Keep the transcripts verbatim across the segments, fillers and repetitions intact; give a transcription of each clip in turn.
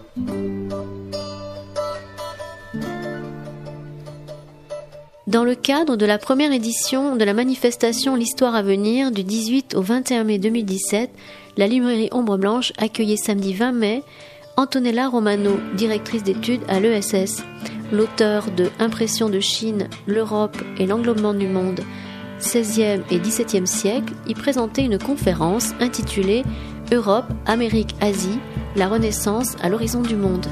Dans le cadre de la première édition de la manifestation L'Histoire à venir du dix-huit au vingt et un mai deux mille dix-sept, la librairie Ombre Blanche accueillait samedi vingt mai Antonella Romano, directrice d'études à l'E S S. L'auteur de Impressions de Chine, l'Europe et l'englobement du monde, seizième et dix-septième siècle, y présentait une conférence intitulée Europe, Amérique, Asie, la Renaissance à l'horizon du monde.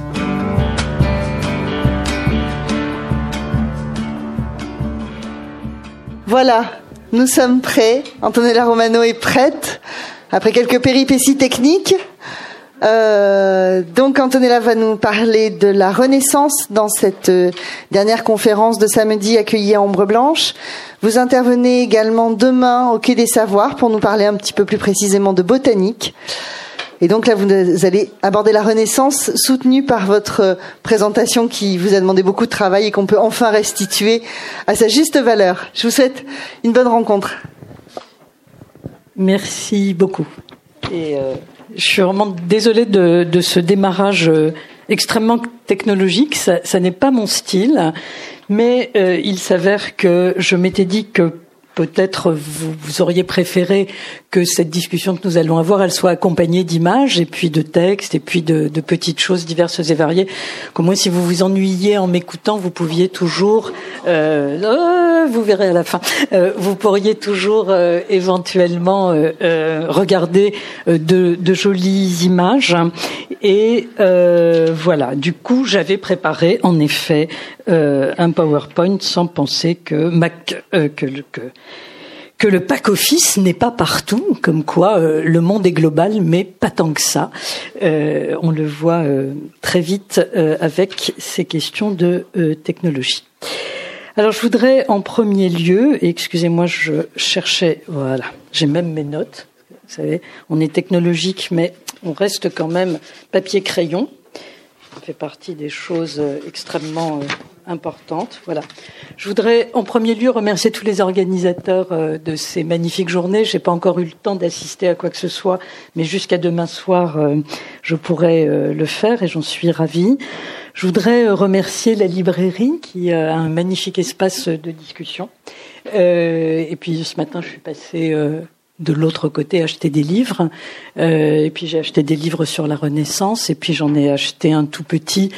Voilà, nous sommes prêts. Antonella Romano est prête, après quelques péripéties techniques. Euh, donc Antonella va nous parler de la Renaissance dans cette euh, dernière conférence de samedi accueillie à Ombre Blanche. Vous intervenez également demain au Quai des Savoirs pour nous parler un petit peu plus précisément de botanique. Et donc là, vous allez aborder la Renaissance soutenue par votre présentation qui vous a demandé beaucoup de travail et qu'on peut enfin restituer à sa juste valeur. Je vous souhaite une bonne rencontre. Merci beaucoup. Et euh, je suis vraiment désolée de, de ce démarrage extrêmement technologique. Ça, ça n'est pas mon style, mais euh, il s'avère que je m'étais dit que peut-être vous, vous auriez préféré que cette discussion que nous allons avoir, elle soit accompagnée d'images et puis de textes et puis de, de petites choses diverses et variées. Qu'au moins, si vous vous ennuyiez en m'écoutant, vous pouviez toujours, euh, euh, vous verrez à la fin, euh, vous pourriez toujours euh, éventuellement euh, euh, regarder euh, de, de jolies images. Et euh, voilà. Du coup, j'avais préparé en effet euh, un PowerPoint sans penser que Mac, euh, que, que que le pack office n'est pas partout, comme quoi euh, le monde est global, mais pas tant que ça. Euh, on le voit euh, très vite euh, avec ces questions de euh, technologie. Alors je voudrais en premier lieu, et excusez-moi, je cherchais, voilà, j'ai même mes notes. Vous savez, on est technologique, mais on reste quand même papier-crayon. Ça fait partie des choses euh, extrêmement euh, importante. Voilà. Je voudrais en premier lieu remercier tous les organisateurs euh, de ces magnifiques journées. J'ai pas encore eu le temps d'assister à quoi que ce soit, mais jusqu'à demain soir, euh, je pourrai euh, le faire et j'en suis ravie. Je voudrais euh, remercier la librairie qui a un magnifique espace de discussion. Euh, et puis ce matin, je suis passée euh, de l'autre côté acheter des livres, euh, et puis j'ai acheté des livres sur la Renaissance, et puis j'en ai acheté un tout petit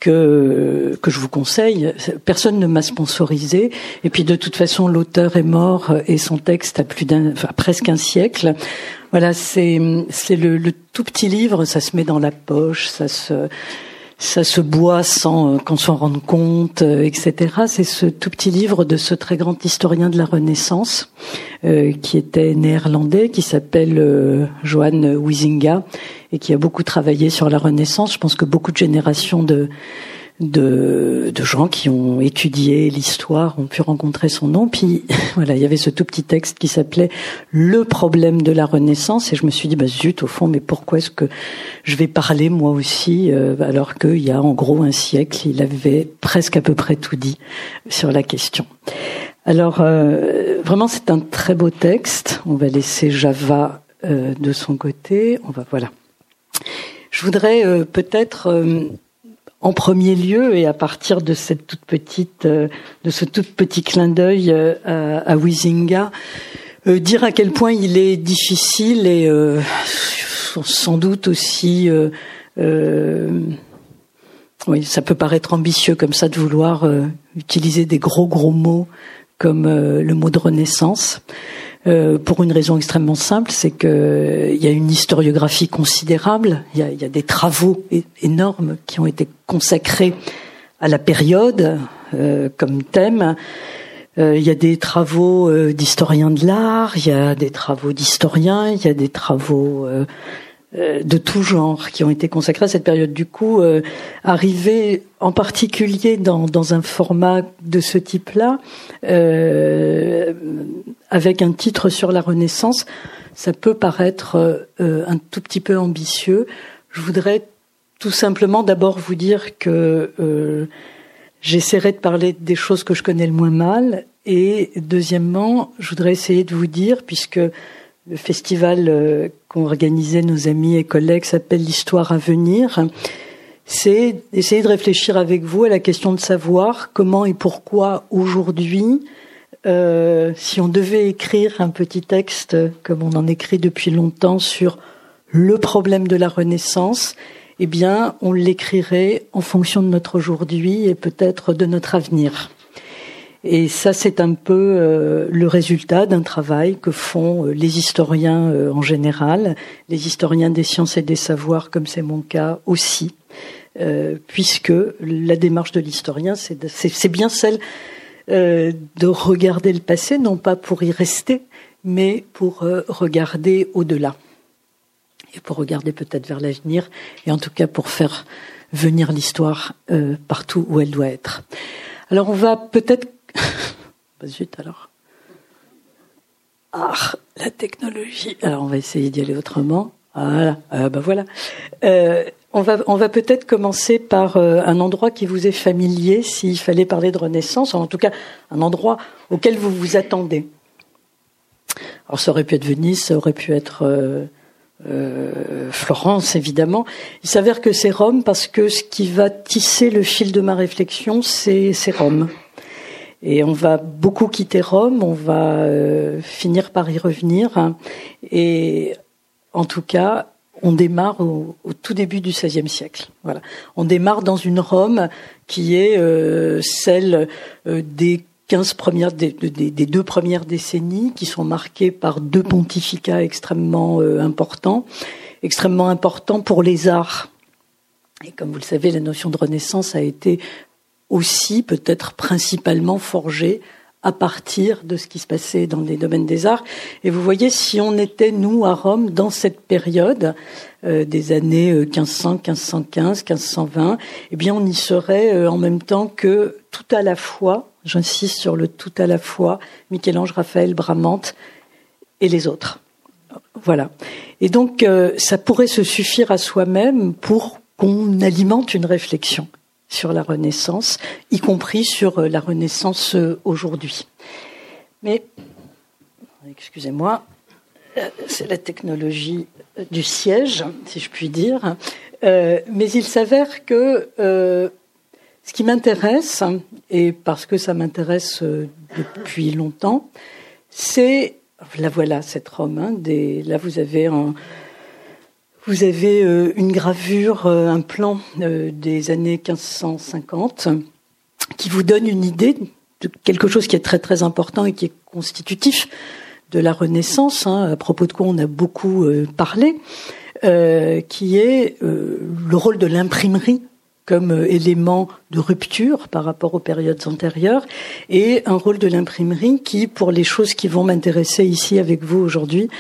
que que je vous conseille. Personne ne m'a sponsorisé, et puis de toute façon l'auteur est mort et son texte a plus d'un, enfin presque un siècle. Voilà, c'est c'est le, le tout petit livre, ça se met dans la poche, ça se ça se boit sans qu'on s'en rende compte, et cetera. C'est ce tout petit livre de ce très grand historien de la Renaissance, euh, qui était néerlandais, qui s'appelle euh, Johan Huizinga, et qui a beaucoup travaillé sur la Renaissance. Je pense que beaucoup de générations de de, de gens qui ont étudié l'histoire ont pu rencontrer son nom. Puis voilà, il y avait ce tout petit texte qui s'appelait Le problème de la Renaissance, et je me suis dit, bah zut, au fond, mais pourquoi est-ce que je vais parler moi aussi, euh, alors qu'il y a en gros un siècle, il avait presque à peu près tout dit sur la question. Alors euh, vraiment, c'est un très beau texte. On va laisser Java euh, de son côté. On va voilà. Je voudrais euh, peut-être euh, en premier lieu, et à partir de cette toute petite, euh, de ce tout petit clin d'œil euh, à, à Huizinga, euh, dire à quel point il est difficile et euh, sans doute aussi, euh, euh, oui, ça peut paraître ambitieux comme ça de vouloir euh, utiliser des gros gros mots comme euh, le mot de Renaissance. Euh, pour une raison extrêmement simple, c'est que euh, il y a une historiographie considérable, il y a, il y a des travaux é- énormes qui ont été consacrés à la période euh, comme thème. Euh, il y a des travaux euh, d'historiens de l'art, il y a des travaux d'historiens, il y a des travaux euh, euh, de tout genre qui ont été consacrés à cette période. Du coup, euh, arriver en particulier dans, dans un format de ce type-là, euh, avec un titre sur la Renaissance, ça peut paraître euh, un tout petit peu ambitieux. Je voudrais tout simplement d'abord vous dire que euh, j'essaierai de parler des choses que je connais le moins mal, et deuxièmement, je voudrais essayer de vous dire, puisque le festival euh, qu'ont organisé nos amis et collègues s'appelle l'Histoire à venir, c'est essayer de réfléchir avec vous à la question de savoir comment et pourquoi aujourd'hui, euh, si on devait écrire un petit texte comme on en écrit depuis longtemps sur le problème de la Renaissance, eh bien, on l'écrirait en fonction de notre aujourd'hui et peut-être de notre avenir. Et ça, c'est un peu euh, le résultat d'un travail que font euh, les historiens euh, en général, les historiens des sciences et des savoirs, comme c'est mon cas aussi, euh, puisque la démarche de l'historien, c'est, c'est, c'est bien celle euh, de regarder le passé, non pas pour y rester, mais pour euh, regarder au-delà. Et pour regarder peut-être vers l'avenir, et en tout cas pour faire venir l'histoire euh, partout où elle doit être. Alors on va peut-être... bah zut alors. Ah, la technologie. Alors on va essayer d'y aller autrement. Voilà, euh, bah voilà. Euh, on va, on va peut-être commencer par euh, un endroit qui vous est familier, s'il fallait parler de Renaissance, en tout cas un endroit auquel vous vous attendez. Alors ça aurait pu être Venise, ça aurait pu être... Euh, Euh, Florence, évidemment. Il s'avère que c'est Rome parce que ce qui va tisser le fil de ma réflexion, c'est, c'est Rome. Et on va beaucoup quitter Rome, on va euh, finir par y revenir. Hein. Et en tout cas, on démarre au, au tout début du seizième siècle. Voilà. On démarre dans une Rome qui est euh, celle euh, des quinze premières, des, des, des deux premières décennies qui sont marquées par deux pontificats extrêmement euh, importants, extrêmement importants pour les arts. Et comme vous le savez, la notion de Renaissance a été aussi, peut-être principalement forgée à partir de ce qui se passait dans les domaines des arts. Et vous voyez, si on était, nous, à Rome, dans cette période euh, des années quinze cents, quinze cent quinze, quinze cent vingt, eh bien, on y serait euh, en même temps que tout à la fois, j'insiste sur le tout à la fois, Michel-Ange, Raphaël, Bramante et les autres. Voilà. Et donc, euh, ça pourrait se suffire à soi-même pour qu'on alimente une réflexion sur la Renaissance, y compris sur la Renaissance aujourd'hui. Mais, excusez-moi, c'est la technologie du siège, si je puis dire. Euh, mais il s'avère que euh, ce qui m'intéresse, et parce que ça m'intéresse depuis longtemps, c'est, là voilà, cette Rome, hein, des, là vous avez un... Vous avez euh, une gravure, euh, un plan euh, des années quinze cent cinquante qui vous donne une idée de quelque chose qui est très très important et qui est constitutif de la Renaissance, hein, à propos de quoi on a beaucoup euh, parlé, euh, qui est euh, le rôle de l'imprimerie comme euh, élément de rupture par rapport aux périodes antérieures, et un rôle de l'imprimerie qui, pour les choses qui vont m'intéresser ici avec vous aujourd'hui,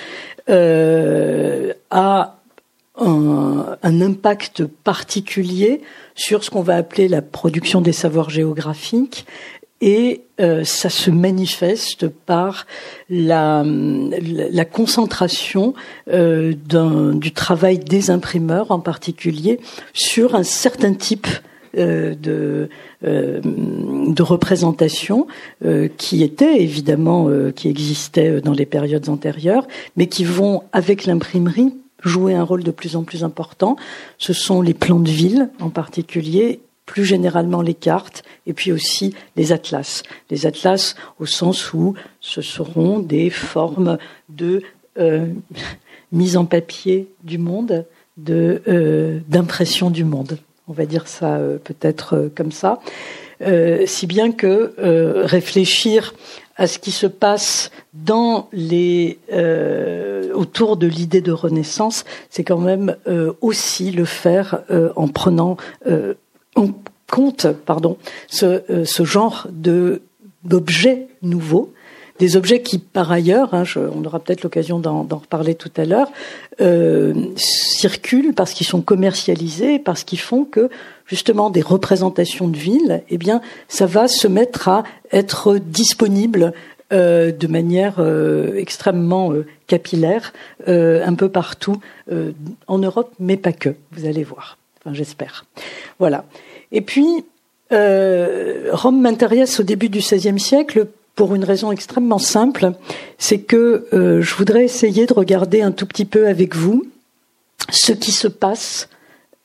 euh, a Un, un impact particulier sur ce qu'on va appeler la production des savoirs géographiques, et euh, ça se manifeste par la, la, la concentration euh, d'un, du travail des imprimeurs en particulier sur un certain type euh, de, euh, de représentation euh, qui était évidemment euh, qui existait dans les périodes antérieures, mais qui vont avec l'imprimerie jouer un rôle de plus en plus important. Ce sont les plans de ville en particulier, plus généralement les cartes, et puis aussi les atlas. Les atlas au sens où ce seront des formes de euh, mise en papier du monde, de, euh, d'impression du monde. On va dire ça euh, peut-être euh, comme ça. Euh, si bien que euh, réfléchir à ce qui se passe dans les euh, autour de l'idée de Renaissance, c'est quand même euh, aussi le faire euh, en prenant euh, en compte, pardon, ce, euh, ce genre de d'objets nouveaux, des objets qui, par ailleurs, hein, je, on aura peut-être l'occasion d'en, d'en reparler tout à l'heure, euh, circulent parce qu'ils sont commercialisés, parce qu'ils font que justement des représentations de villes, eh bien, ça va se mettre à être disponible euh, de manière euh, extrêmement euh, capillaire, euh, un peu partout euh, en Europe, mais pas que. Vous allez voir. Enfin, j'espère. Voilà. Et puis, euh, Rome m'intéresse au début du seizième siècle pour une raison extrêmement simple, c'est que euh, je voudrais essayer de regarder un tout petit peu avec vous ce qui se passe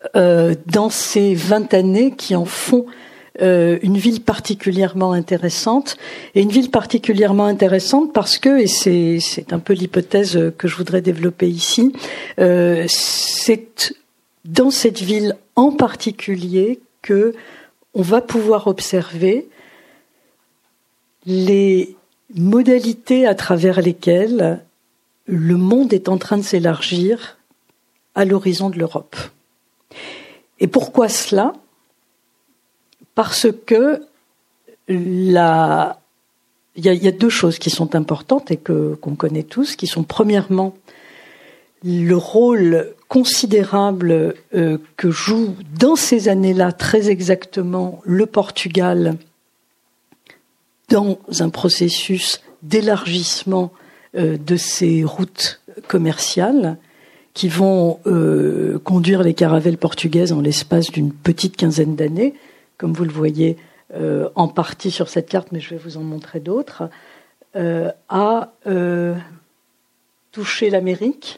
euh, dans ces vingt années qui en font euh, une ville particulièrement intéressante, et une ville particulièrement intéressante parce que, et c'est, c'est un peu l'hypothèse que je voudrais développer ici, euh, c'est dans cette ville en particulier que on va pouvoir observer les modalités à travers lesquelles le monde est en train de s'élargir à l'horizon de l'Europe. Et pourquoi cela ? Parce que la... il y a, il y a deux choses qui sont importantes et que, qu'on connaît tous, qui sont premièrement le rôle considérable euh, que joue dans ces années-là très exactement le Portugal dans un processus d'élargissement euh, de ces routes commerciales qui vont euh, conduire les caravelles portugaises en l'espace d'une petite quinzaine d'années, comme vous le voyez euh, en partie sur cette carte, mais je vais vous en montrer d'autres, euh, à euh, toucher l'Amérique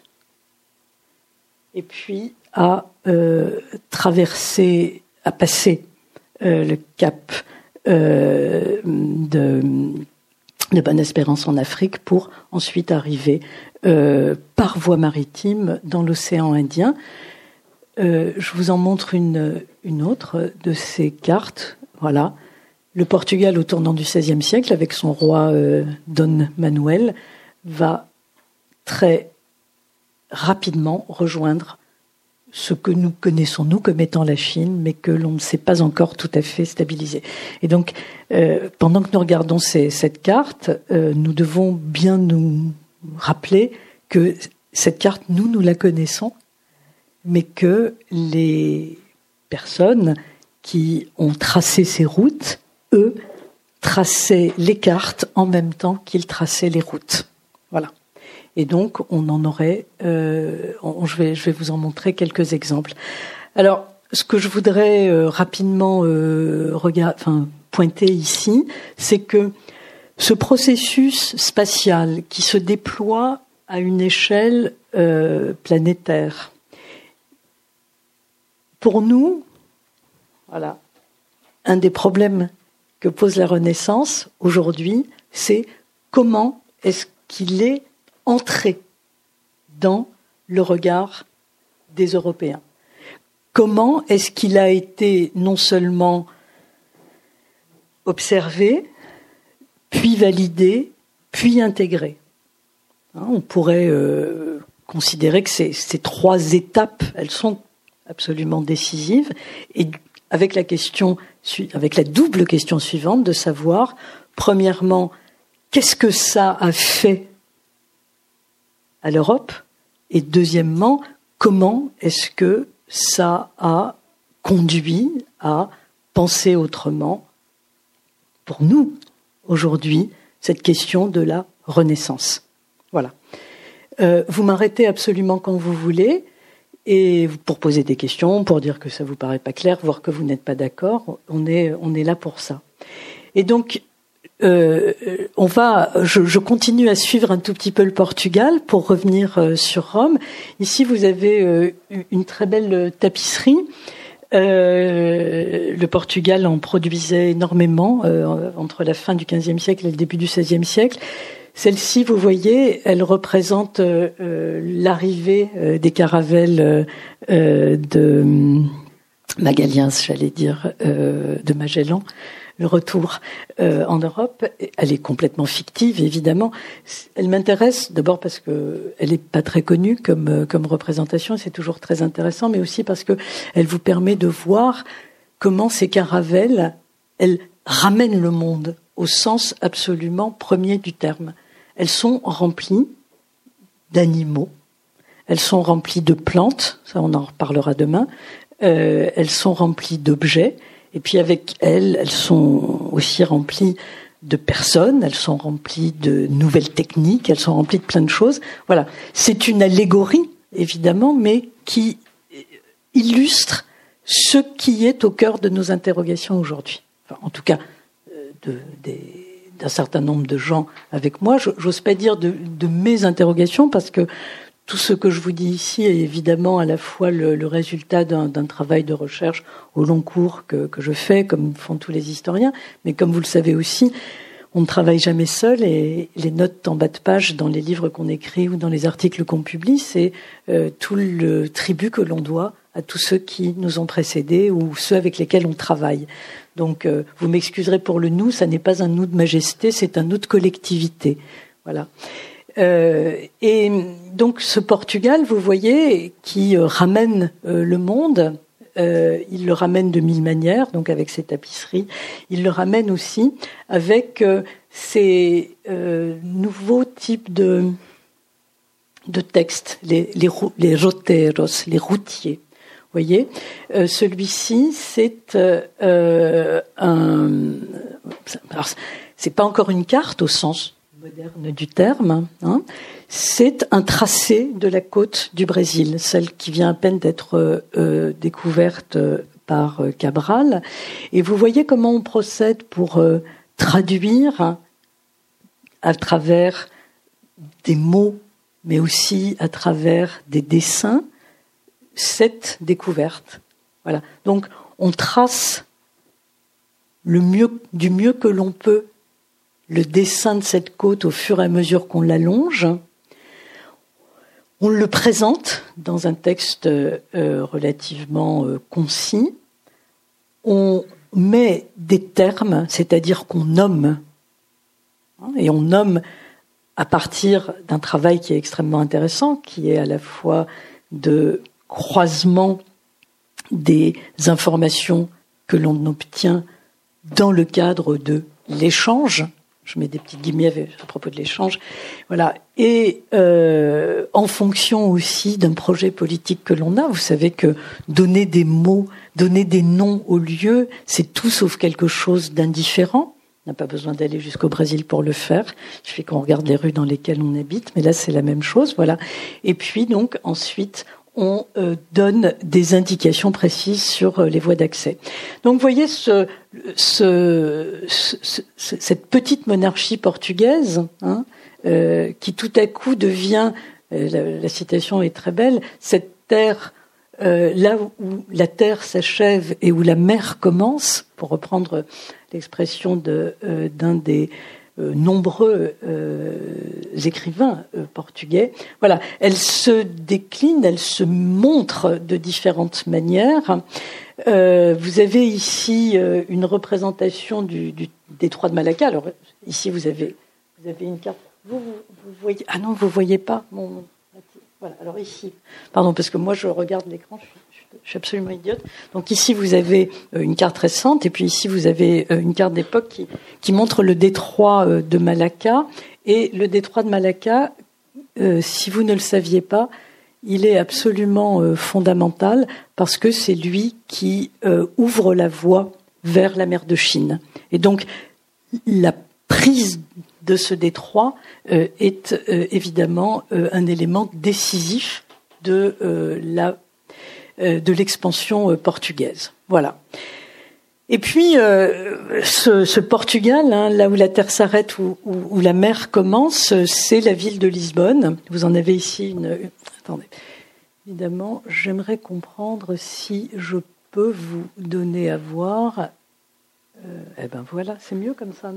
et puis à euh, traverser, à passer euh, le cap euh, de, de Bonne-Espérance en Afrique pour ensuite arriver euh, par voie maritime dans l'océan Indien. Euh, je vous en montre une, une autre de ces cartes. Voilà, le Portugal au tournant du seizième siècle, avec son roi euh, Dom Manuel, va très rapidement rejoindre ce que nous connaissons, nous, comme étant la Chine, mais que l'on ne sait pas encore tout à fait stabiliser. Et donc, euh, pendant que nous regardons ces, cette carte, euh, nous devons bien nous rappeler que cette carte, nous, nous la connaissons, mais que les personnes qui ont tracé ces routes, eux, traçaient les cartes en même temps qu'ils traçaient les routes. Voilà. Et donc, on en aurait... Euh, on, je, vais, je vais vous en montrer quelques exemples. Alors, ce que je voudrais euh, rapidement euh, regard, enfin, pointer ici, c'est que ce processus spatial qui se déploie à une échelle euh, planétaire, pour nous, voilà, un des problèmes que pose la Renaissance aujourd'hui, c'est comment est-ce qu'il est entré dans le regard des Européens. Comment est-ce qu'il a été non seulement observé, puis validé, puis intégré. Hein, on pourrait euh, considérer que ces, ces trois étapes, elles sont absolument décisives, et avec la question, avec la double question suivante de savoir, premièrement, qu'est-ce que ça a fait à l'Europe, et deuxièmement, comment est-ce que ça a conduit à penser autrement, pour nous, aujourd'hui, cette question de la Renaissance. Voilà. Euh, vous m'arrêtez absolument quand vous voulez, et pour poser des questions, pour dire que ça vous paraît pas clair, voire que vous n'êtes pas d'accord, on est, on est là pour ça. Et donc, Euh, on va, je, je continue à suivre un tout petit peu le Portugal pour revenir euh, sur Rome. Ici, vous avez euh, une très belle tapisserie. Euh, le Portugal en produisait énormément euh, entre la fin du quinzième siècle et le début du seizième siècle. Celle-ci, vous voyez, elle représente euh, euh, l'arrivée euh, des caravelles euh, de Magalhães, j'allais dire, euh, de Magellan. Le retour euh, en Europe, elle est complètement fictive, évidemment. Elle m'intéresse d'abord parce que elle est pas très connue comme comme représentation, et c'est toujours très intéressant, mais aussi parce que elle vous permet de voir comment ces caravelles, elles ramènent le monde au sens absolument premier du terme. Elles sont remplies d'animaux, elles sont remplies de plantes, ça on en reparlera demain. Euh, elles sont remplies d'objets. Et puis avec elles, elles sont aussi remplies de personnes, elles sont remplies de nouvelles techniques, elles sont remplies de plein de choses. Voilà, c'est une allégorie, évidemment, mais qui illustre ce qui est au cœur de nos interrogations aujourd'hui. Enfin, en tout cas, de, des, d'un certain nombre de gens avec moi. J'ose pas dire de, de mes interrogations, parce que tout ce que je vous dis ici est évidemment à la fois le, le résultat d'un, d'un travail de recherche au long cours que, que je fais, comme font tous les historiens, mais comme vous le savez aussi, on ne travaille jamais seul et les notes en bas de page dans les livres qu'on écrit ou dans les articles qu'on publie, c'est euh, tout le tribut que l'on doit à tous ceux qui nous ont précédés ou ceux avec lesquels on travaille. Donc, euh, vous m'excuserez pour le nous, ça n'est pas un nous de majesté, c'est un nous de collectivité. Voilà. Euh, et donc, ce Portugal, vous voyez, qui euh, ramène euh, le monde, euh, il le ramène de mille manières, donc avec ses tapisseries, il le ramène aussi avec euh, ces euh, nouveaux types de, de textes, les, les, les roteiros, les routiers. Vous voyez, euh, celui-ci, c'est euh, un. Alors, c'est pas encore une carte au sens moderne du terme. Hein, c'est un tracé de la côte du Brésil, celle qui vient à peine d'être euh, découverte par Cabral. Et vous voyez comment on procède pour euh, traduire à travers des mots, mais aussi à travers des dessins, cette découverte. Voilà. Donc, on trace le mieux, du mieux que l'on peut le dessin de cette côte au fur et à mesure qu'on l'allonge. On le présente dans un texte euh, relativement euh, concis. On met des termes, c'est-à-dire qu'on nomme. Hein, et on nomme à partir d'un travail qui est extrêmement intéressant, qui est à la fois de croisement des informations que l'on obtient dans le cadre de l'échange. Je mets des petits guillemets à propos de l'échange. Voilà. Et euh, en fonction aussi d'un projet politique que l'on a, vous savez que donner des mots, donner des noms aux lieux, c'est tout sauf quelque chose d'indifférent. On n'a pas besoin d'aller jusqu'au Brésil pour le faire. Il suffit qu'on regarde les rues dans lesquelles on habite, mais là c'est la même chose. Voilà. Et puis donc ensuite, on euh, donne des indications précises sur euh, les voies d'accès. Donc, vous voyez ce, ce, ce, ce, cette petite monarchie portugaise, hein, euh, qui tout à coup devient, euh, la, la citation est très belle, cette terre, euh, là où la terre s'achève et où la mer commence, pour reprendre l'expression de, euh, d'un des Euh, nombreux euh, écrivains euh, portugais. Voilà, elle se décline, elle se montre de différentes manières. Euh, vous avez ici euh, une représentation du, du détroit de Malacca. Alors ici vous avez vous avez une carte. Vous, vous, vous voyez ah non vous voyez pas mon voilà. Alors ici, pardon parce que moi je regarde l'écran. Je suis, Je suis absolument idiote. Donc ici, vous avez une carte récente, et puis ici, vous avez une carte d'époque qui, qui montre le détroit de Malacca. Et le détroit de Malacca, euh, si vous ne le saviez pas, il est absolument euh, fondamental parce que c'est lui qui euh, ouvre la voie vers la mer de Chine. Et donc, la prise de ce détroit euh, est euh, évidemment euh, un élément décisif de euh, la de l'expansion portugaise. Voilà. Et puis, euh, ce, ce Portugal, hein, là où la terre s'arrête, où, où, où la mer commence, c'est la ville de Lisbonne. Vous en avez ici une... une attendez. Évidemment, j'aimerais comprendre si je peux vous donner à voir... Euh, eh ben voilà, c'est mieux comme ça, non ?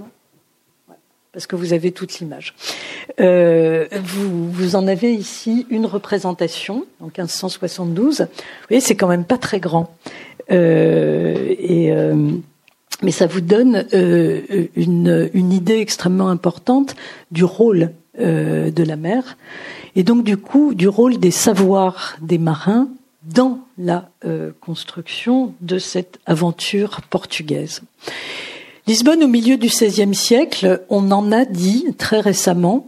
Parce que vous avez toute l'image. Euh, vous, vous en avez ici une représentation, en quinze cent soixante-douze. Vous voyez, c'est quand même pas très grand. Euh, et, euh, mais ça vous donne euh, une, une idée extrêmement importante du rôle euh, de la mer, et donc du coup du rôle des savoirs des marins dans la euh, construction de cette aventure portugaise. Lisbonne, au milieu du seizième siècle, on en a dit très récemment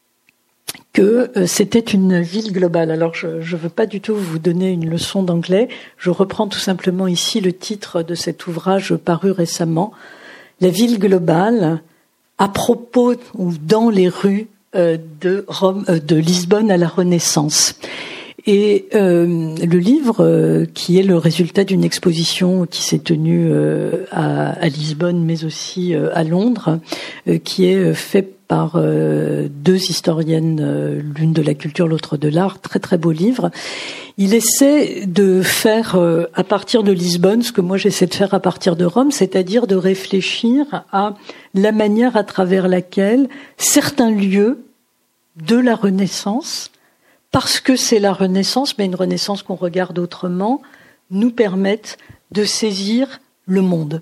que c'était une ville globale. Alors, je ne veux pas du tout vous donner une leçon d'anglais. Je reprends tout simplement ici le titre de cet ouvrage paru récemment, « La ville globale, à propos ou dans les rues de Rome, de Lisbonne à la Renaissance ». Et euh, le livre, euh, qui est le résultat d'une exposition qui s'est tenue euh, à, à Lisbonne, mais aussi euh, à Londres, euh, qui est fait par euh, deux historiennes, euh, l'une de la culture, l'autre de l'art. Très très beau livre. Il essaie de faire euh, à partir de Lisbonne ce que moi j'essaie de faire à partir de Rome, c'est-à-dire de réfléchir à la manière à travers laquelle certains lieux de la Renaissance, parce que c'est la Renaissance, mais une Renaissance qu'on regarde autrement, nous permettent de saisir le monde.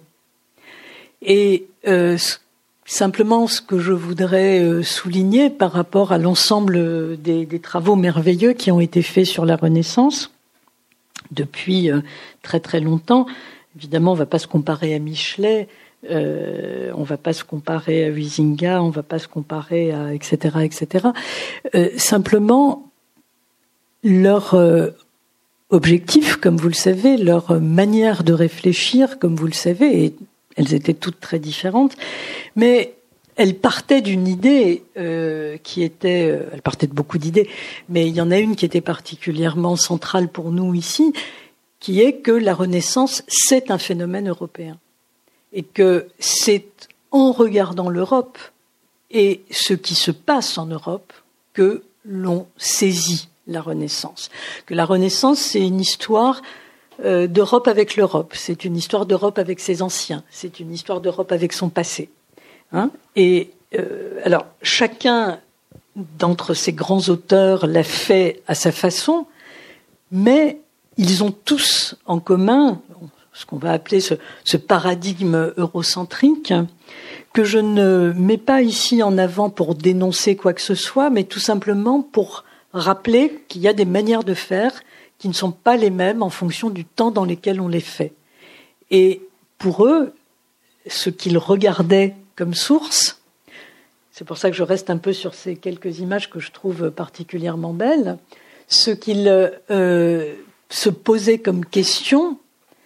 Et euh, simplement, ce que je voudrais euh, souligner par rapport à l'ensemble des, des travaux merveilleux qui ont été faits sur la Renaissance depuis euh, très très longtemps, évidemment, on ne va pas se comparer à Michelet, euh, on ne va pas se comparer à Huizinga, on ne va pas se comparer à et cetera et cetera. Euh, simplement, leur euh, objectif, comme vous le savez, leur manière de réfléchir, comme vous le savez, et elles étaient toutes très différentes, mais elles partaient d'une idée euh, qui était... Euh, elles partaient de beaucoup d'idées, mais il y en a une qui était particulièrement centrale pour nous ici, qui est que la Renaissance, c'est un phénomène européen. Et que c'est en regardant l'Europe et ce qui se passe en Europe que l'on saisit la Renaissance. Que la Renaissance, c'est une histoire euh, d'Europe avec l'Europe, c'est une histoire d'Europe avec ses anciens, c'est une histoire d'Europe avec son passé. Hein et euh, alors, chacun d'entre ces grands auteurs l'a fait à sa façon, mais ils ont tous en commun ce qu'on va appeler ce, ce paradigme eurocentrique, que je ne mets pas ici en avant pour dénoncer quoi que ce soit, mais tout simplement pour rappeler qu'il y a des manières de faire qui ne sont pas les mêmes en fonction du temps dans lequel on les fait. Et pour eux, ce qu'ils regardaient comme source, c'est pour ça que je reste un peu sur ces quelques images que je trouve particulièrement belles, ce qu'ils euh, se posaient comme question,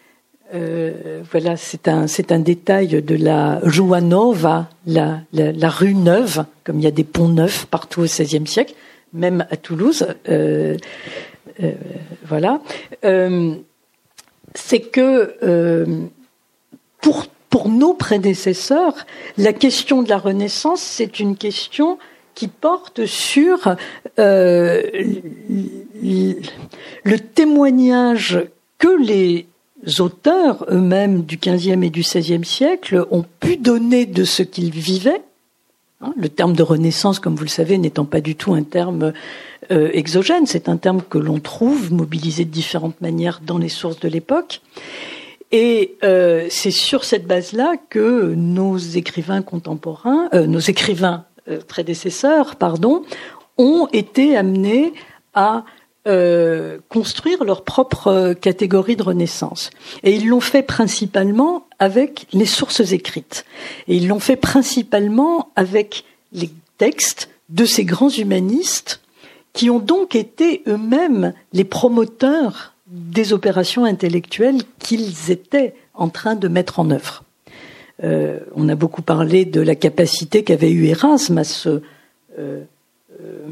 euh, voilà, c'est un, c'est un détail de la Rua Nova, la, la, la rue neuve, comme il y a des ponts neufs partout au seizième siècle, même à Toulouse, euh, euh, voilà, euh, c'est que euh, pour, pour nos prédécesseurs, la question de la Renaissance, c'est une question qui porte sur euh, le témoignage que les auteurs eux-mêmes du quinzième et du seizième siècle ont pu donner de ce qu'ils vivaient. Le terme de Renaissance, comme vous le savez, n'étant pas du tout un terme euh, exogène, c'est un terme que l'on trouve mobilisé de différentes manières dans les sources de l'époque. Et euh, c'est sur cette base-là que nos écrivains contemporains, euh, nos écrivains euh, prédécesseurs, pardon, ont été amenés à euh, construire leur propre catégorie de Renaissance. Et ils l'ont fait principalement avec les sources écrites. Et ils l'ont fait principalement avec les textes de ces grands humanistes qui ont donc été eux-mêmes les promoteurs des opérations intellectuelles qu'ils étaient en train de mettre en œuvre. Euh, on a beaucoup parlé de la capacité qu'avait eu Erasme à se euh, euh,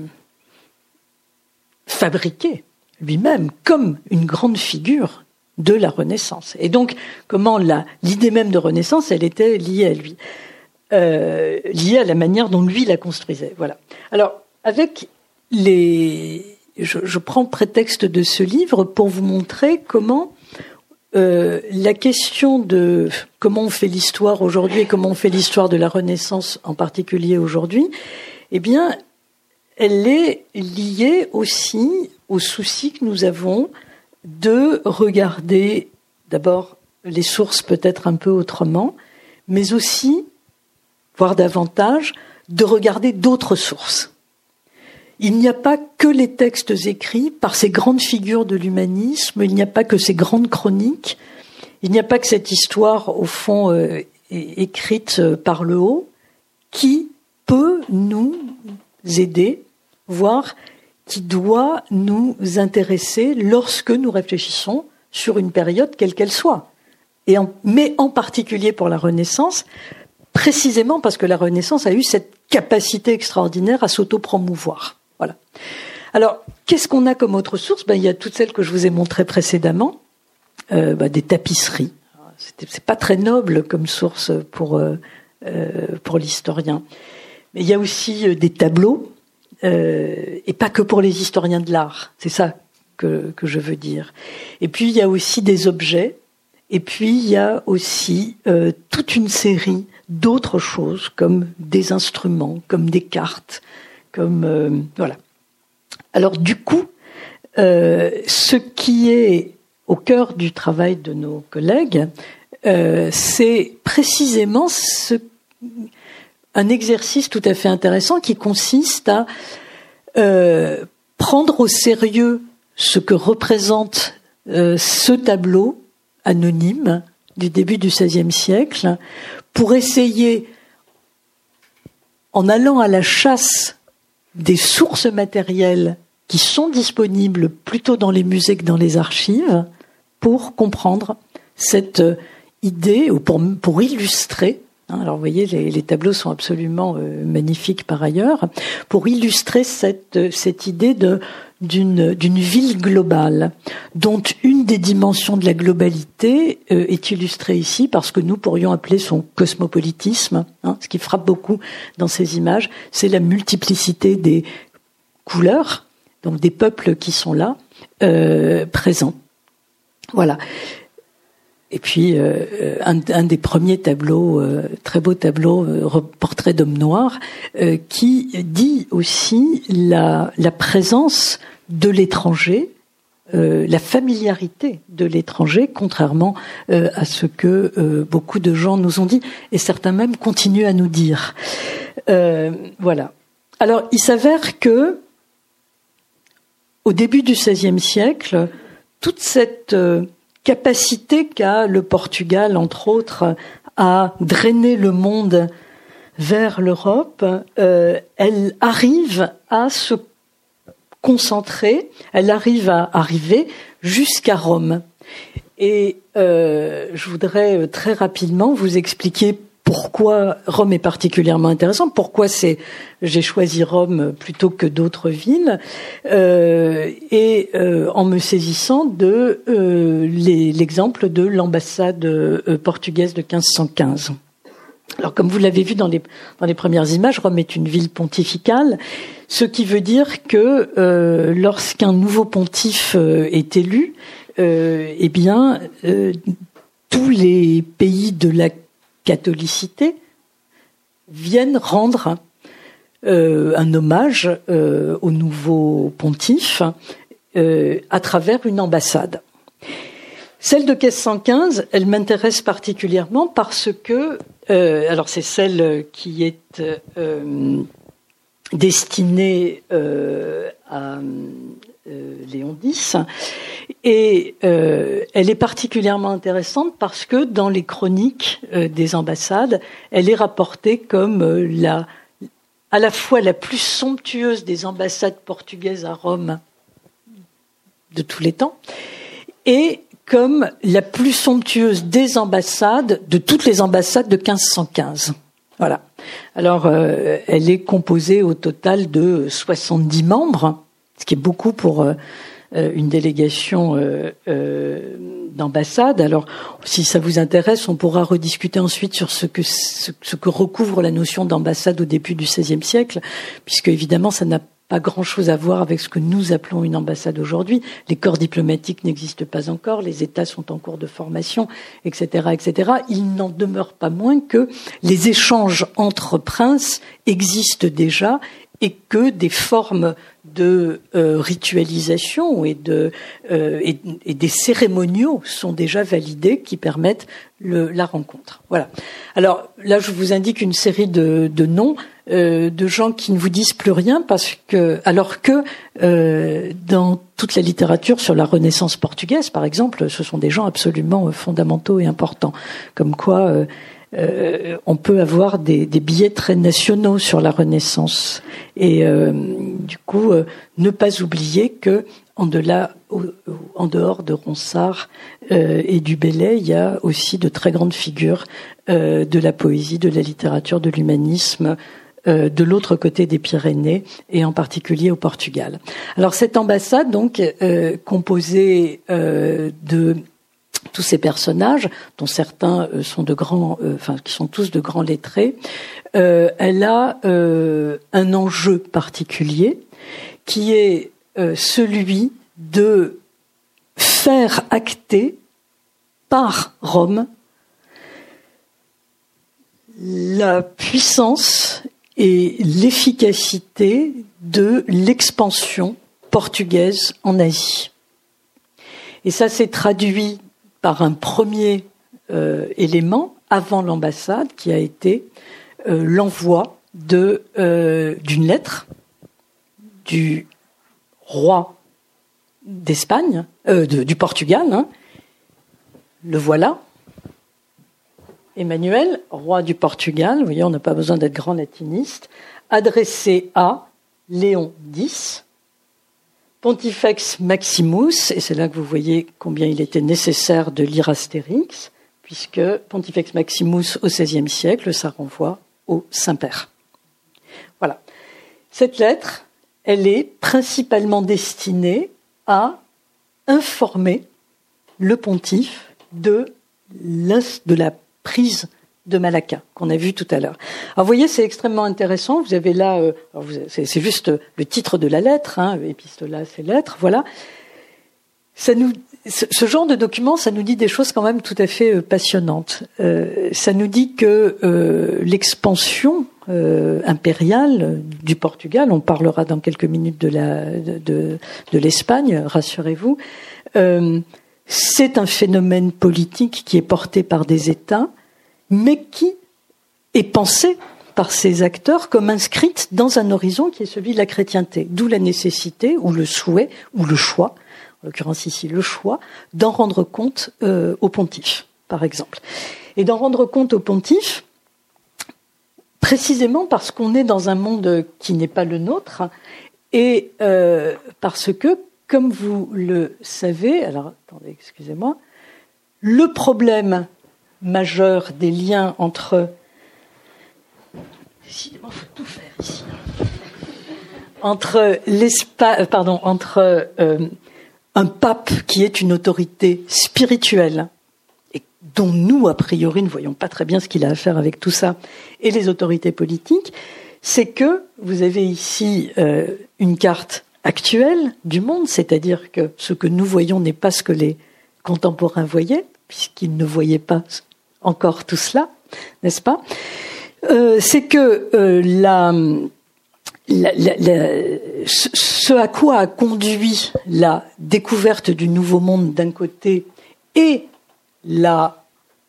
fabriquer lui-même comme une grande figure de la Renaissance. Et donc, comment la, l'idée même de Renaissance, elle était liée à lui, euh, liée à la manière dont lui la construisait. Voilà. Alors, avec les, je, je prends prétexte de ce livre pour vous montrer comment euh, la question de comment on fait l'histoire aujourd'hui et comment on fait l'histoire de la Renaissance en particulier aujourd'hui, eh bien, elle est liée aussi au souci que nous avons de regarder d'abord les sources peut-être un peu autrement, mais aussi, voire davantage, de regarder d'autres sources. Il n'y a pas que les textes écrits par ces grandes figures de l'humanisme, il n'y a pas que ces grandes chroniques, il n'y a pas que cette histoire, au fond, euh, écrite par le haut, qui peut nous aider, voire qui doit nous intéresser lorsque nous réfléchissons sur une période quelle qu'elle soit. Et en, mais en particulier pour la Renaissance, précisément parce que la Renaissance a eu cette capacité extraordinaire à s'auto-promouvoir. Voilà. Alors, qu'est-ce qu'on a comme autre source ? Ben, il y a toutes celles que je vous ai montrées précédemment, euh, ben, des tapisseries. C'est, c'est pas très noble comme source pour, euh, euh, pour l'historien. Mais il y a aussi des tableaux, euh, et pas que pour les historiens de l'art. C'est ça que, que je veux dire. Et puis il y a aussi des objets, et puis il y a aussi euh, toute une série d'autres choses, comme des instruments, comme des cartes, comme euh, voilà. Alors du coup, euh, ce qui est au cœur du travail de nos collègues, euh, c'est précisément ce, un exercice tout à fait intéressant qui consiste à euh, prendre au sérieux ce que représente euh, ce tableau anonyme du début du seizième siècle, pour essayer, en allant à la chasse des sources matérielles qui sont disponibles plutôt dans les musées que dans les archives, pour comprendre cette idée, ou pour, pour illustrer, hein, alors vous voyez, les, les tableaux sont absolument euh, magnifiques par ailleurs, pour illustrer cette, cette idée de, d'une, d'une ville globale, dont une des dimensions de la globalité euh, est illustrée ici par ce que nous pourrions appeler son cosmopolitisme. Hein, ce qui frappe beaucoup dans ces images, c'est la multiplicité des couleurs, donc des peuples qui sont là, euh, présents. Voilà. Et puis, euh, un, un des premiers tableaux, euh, très beau tableau, euh, portrait d'homme noir, euh, qui dit aussi la, la présence de l'étranger, euh, la familiarité de l'étranger, contrairement euh, à ce que euh, beaucoup de gens nous ont dit, et certains même continuent à nous dire. Euh, voilà. Alors, il s'avère que, au début du seizième siècle, toute cette euh, capacité qu'a le Portugal, entre autres, à drainer le monde vers l'Europe, euh, elle arrive à se concentrer, elle arrive à arriver jusqu'à Rome. Et euh, je voudrais très rapidement vous expliquer pourquoi Rome est particulièrement intéressant, pourquoi c'est, j'ai choisi Rome plutôt que d'autres villes, euh, et euh, en me saisissant de euh, les, l'exemple de l'ambassade euh, portugaise de quinze cent quinze. Alors, comme vous l'avez vu dans les, dans les premières images, Rome est une ville pontificale, ce qui veut dire que euh, lorsqu'un nouveau pontife euh, est élu, euh, eh bien, euh, tous les pays de la catholicité viennent rendre euh, un hommage euh, au nouveau pontife euh, à travers une ambassade. Celle de quinze cent quinze, elle m'intéresse particulièrement parce que, euh, alors c'est celle qui est euh, destinée euh, à euh, Léon X, et euh, elle est particulièrement intéressante parce que dans les chroniques euh, des ambassades, elle est rapportée comme euh, la, à la fois la plus somptueuse des ambassades portugaises à Rome de tous les temps, et comme la plus somptueuse des ambassades, de toutes les ambassades de quinze cent quinze. Voilà. Alors, euh, elle est composée au total de soixante-dix membres, ce qui est beaucoup pour euh, une délégation euh, euh, d'ambassade. Alors, si ça vous intéresse, on pourra rediscuter ensuite sur ce que, ce, ce que recouvre la notion d'ambassade au début du seizième siècle, puisque évidemment, ça n'a pas grand-chose à voir avec ce que nous appelons une ambassade aujourd'hui. Les corps diplomatiques n'existent pas encore, les États sont en cours de formation, et cetera, et cetera. Il n'en demeure pas moins que les échanges entre princes existent déjà et que des formes de euh, ritualisation et, de, euh, et, et des cérémoniaux sont déjà validés qui permettent le, la rencontre. Voilà. Alors là, je vous indique une série de, de noms euh, de gens qui ne vous disent plus rien, parce que, alors que euh, dans toute la littérature sur la Renaissance portugaise, par exemple, ce sont des gens absolument fondamentaux et importants, comme quoi euh, Euh, on peut avoir des, des billets très nationaux sur la Renaissance, et euh, du coup euh, ne pas oublier que en, delà, au, en dehors de Ronsard euh, et du Bellay, il y a aussi de très grandes figures euh, de la poésie, de la littérature, de l'humanisme euh, de l'autre côté des Pyrénées, et en particulier au Portugal. Alors cette ambassade, donc euh, composée euh, de tous ces personnages, dont certains euh, sont de grands, euh, enfin qui sont tous de grands lettrés, euh, elle a euh, un enjeu particulier qui est euh, celui de faire acter par Rome la puissance et l'efficacité de l'expansion portugaise en Asie. Et ça s'est traduit par un premier euh, élément avant l'ambassade qui a été euh, l'envoi de, euh, d'une lettre du roi d'Espagne, euh, de, du Portugal, hein. Le voilà, Emmanuel, roi du Portugal, vous voyez, on n'a pas besoin d'être grand latiniste, adressé à Léon X, Pontifex Maximus, et c'est là que vous voyez combien il était nécessaire de lire Astérix, puisque Pontifex Maximus au seizième siècle, ça renvoie au Saint-Père. Voilà. Cette lettre, elle est principalement destinée à informer le pontife de, de la prise de Malacca, qu'on a vu tout à l'heure. Alors, vous voyez, c'est extrêmement intéressant. Vous avez là, euh, vous avez, c'est, c'est juste le titre de la lettre, hein, Epistola, c'est lettre, voilà. Ça nous, ce, ce genre de document, ça nous dit des choses quand même tout à fait euh, passionnantes. Euh, ça nous dit que euh, l'expansion euh, impériale du Portugal, on parlera dans quelques minutes de la, de, de, de l'Espagne, rassurez-vous, euh, c'est un phénomène politique qui est porté par des États, mais qui est pensée par ces acteurs comme inscrite dans un horizon qui est celui de la chrétienté. D'où la nécessité, ou le souhait, ou le choix, en l'occurrence ici le choix, d'en rendre compte euh, au pontife, par exemple. Et d'en rendre compte au pontife, précisément parce qu'on est dans un monde qui n'est pas le nôtre, et euh, parce que, comme vous le savez, alors attendez, excusez-moi, le problème majeur des liens entre, décidément, faut tout faire ici, entre l'espace, pardon, entre euh, un pape qui est une autorité spirituelle et dont nous a priori ne voyons pas très bien ce qu'il a à faire avec tout ça, et les autorités politiques, c'est que vous avez ici euh, une carte actuelle du monde, c'est-à-dire que ce que nous voyons n'est pas ce que les contemporains voyaient, puisqu'ils ne voyaient pas encore tout cela, n'est-ce pas ? euh, C'est que euh, la, la, la, la, ce à quoi a conduit la découverte du Nouveau Monde d'un côté et la,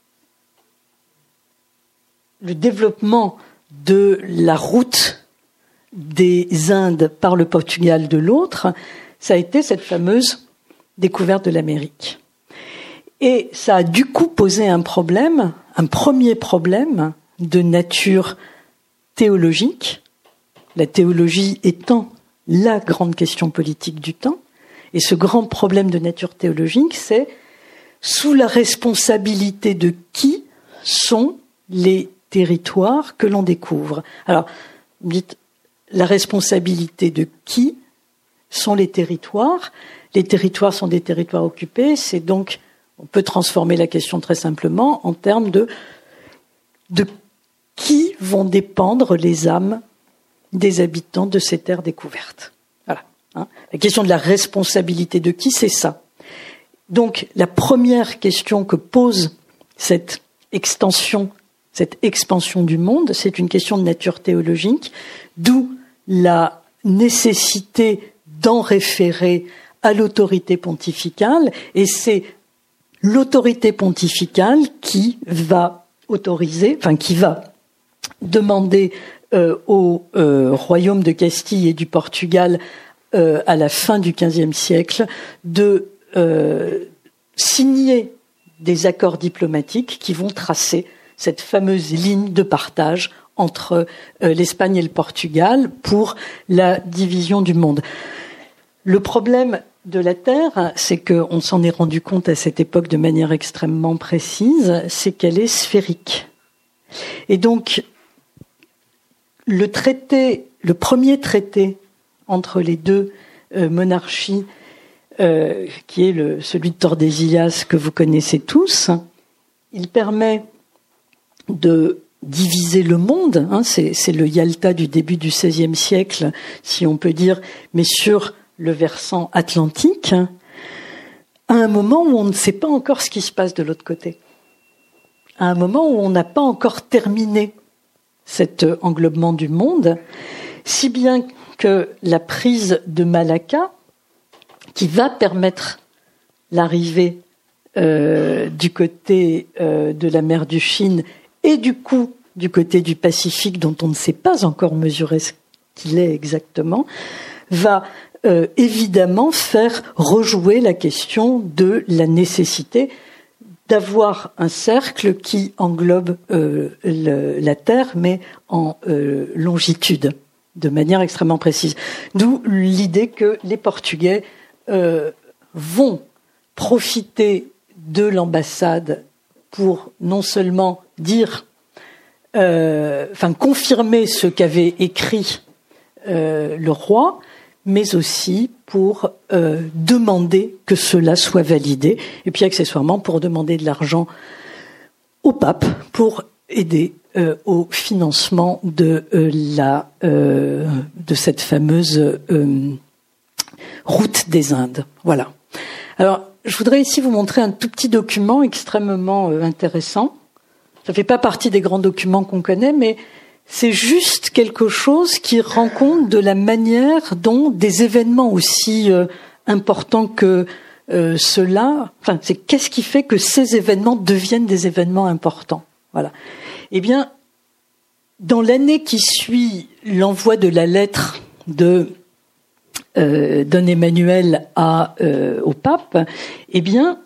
le développement de la route des Indes par le Portugal de l'autre, ça a été cette fameuse découverte de l'Amérique. Et ça a du coup posé un problème, un premier problème de nature théologique, la théologie étant la grande question politique du temps. Et ce grand problème de nature théologique, c'est sous la responsabilité de qui sont les territoires que l'on découvre. Alors, vous dites, la responsabilité de qui sont les territoires ? Les territoires sont des territoires occupés, c'est donc, on peut transformer la question très simplement en termes de, de qui vont dépendre les âmes des habitants de ces terres découvertes. Voilà. Hein. La question de la responsabilité de qui, c'est ça. Donc, la première question que pose cette extension, cette expansion du monde, c'est une question de nature théologique, d'où la nécessité d'en référer à l'autorité pontificale, et c'est l'autorité pontificale qui va autoriser, enfin qui va demander euh, au euh, royaume de Castille et du Portugal euh, à la fin du quinzième siècle de euh, signer des accords diplomatiques qui vont tracer cette fameuse ligne de partage entre euh, l'Espagne et le Portugal pour la division du monde. Le problème de la Terre, c'est qu'on s'en est rendu compte à cette époque de manière extrêmement précise, c'est qu'elle est sphérique. Et donc, le traité, le premier traité entre les deux euh, monarchies euh, qui est le, celui de Tordesillas que vous connaissez tous. Il permet de diviser le monde, hein, c'est, c'est le Yalta du début du seizième siècle, si on peut dire, mais sur le versant atlantique, à un moment où on ne sait pas encore ce qui se passe de l'autre côté, à un moment où on n'a pas encore terminé cet englobement du monde, si bien que la prise de Malacca, qui va permettre l'arrivée euh, du côté euh, de la mer du Chine et du coup du côté du Pacifique, dont on ne sait pas encore mesurer ce qu'il est exactement, va euh, évidemment faire rejouer la question de la nécessité d'avoir un cercle qui englobe euh, le, la Terre, mais en euh, longitude, de manière extrêmement précise. D'où l'idée que les Portugais euh, vont profiter de l'ambassade pour non seulement dire, euh, enfin confirmer ce qu'avait écrit euh, le roi, mais aussi pour euh, demander que cela soit validé, et puis accessoirement pour demander de l'argent au pape pour aider euh, au financement de euh, la euh, de cette fameuse euh, route des Indes. Voilà. Alors, je voudrais ici vous montrer un tout petit document extrêmement euh, intéressant. Ça fait pas partie des grands documents qu'on connaît, mais c'est juste quelque chose qui rend compte de la manière dont des événements aussi euh, importants que euh, ceux-là, enfin, c'est qu'est-ce qui fait que ces événements deviennent des événements importants. Voilà. Eh bien, dans l'année qui suit l'envoi de la lettre de euh, Don Emmanuel à, euh, au pape, eh bien,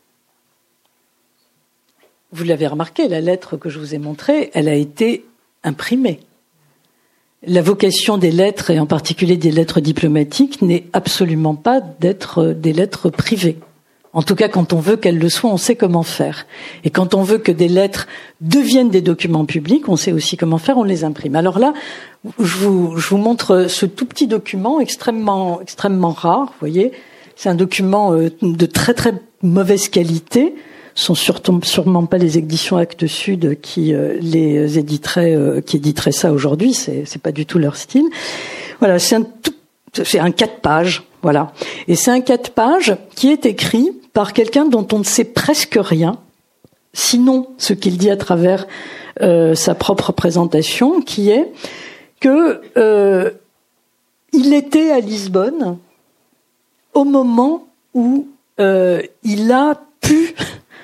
vous l'avez remarqué, la lettre que je vous ai montrée, elle a été imprimée. La vocation des lettres, et en particulier des lettres diplomatiques, n'est absolument pas d'être des lettres privées. En tout cas, quand on veut qu'elles le soient, on sait comment faire. Et quand on veut que des lettres deviennent des documents publics, on sait aussi comment faire, on les imprime. Alors là, je vous, je vous montre ce tout petit document extrêmement, extrêmement rare, vous voyez. C'est un document de très très mauvaise qualité. Ce sont surtout, sûrement pas les éditions Actes Sud qui euh, les éditeraient, euh, qui éditeraient ça aujourd'hui. C'est, c'est pas du tout leur style. Voilà, c'est un tout, c'est un quatre pages. Voilà, et c'est un quatre pages qui est écrit par quelqu'un dont on ne sait presque rien, sinon ce qu'il dit à travers euh, sa propre présentation, qui est que euh, il était à Lisbonne au moment où euh, il a pu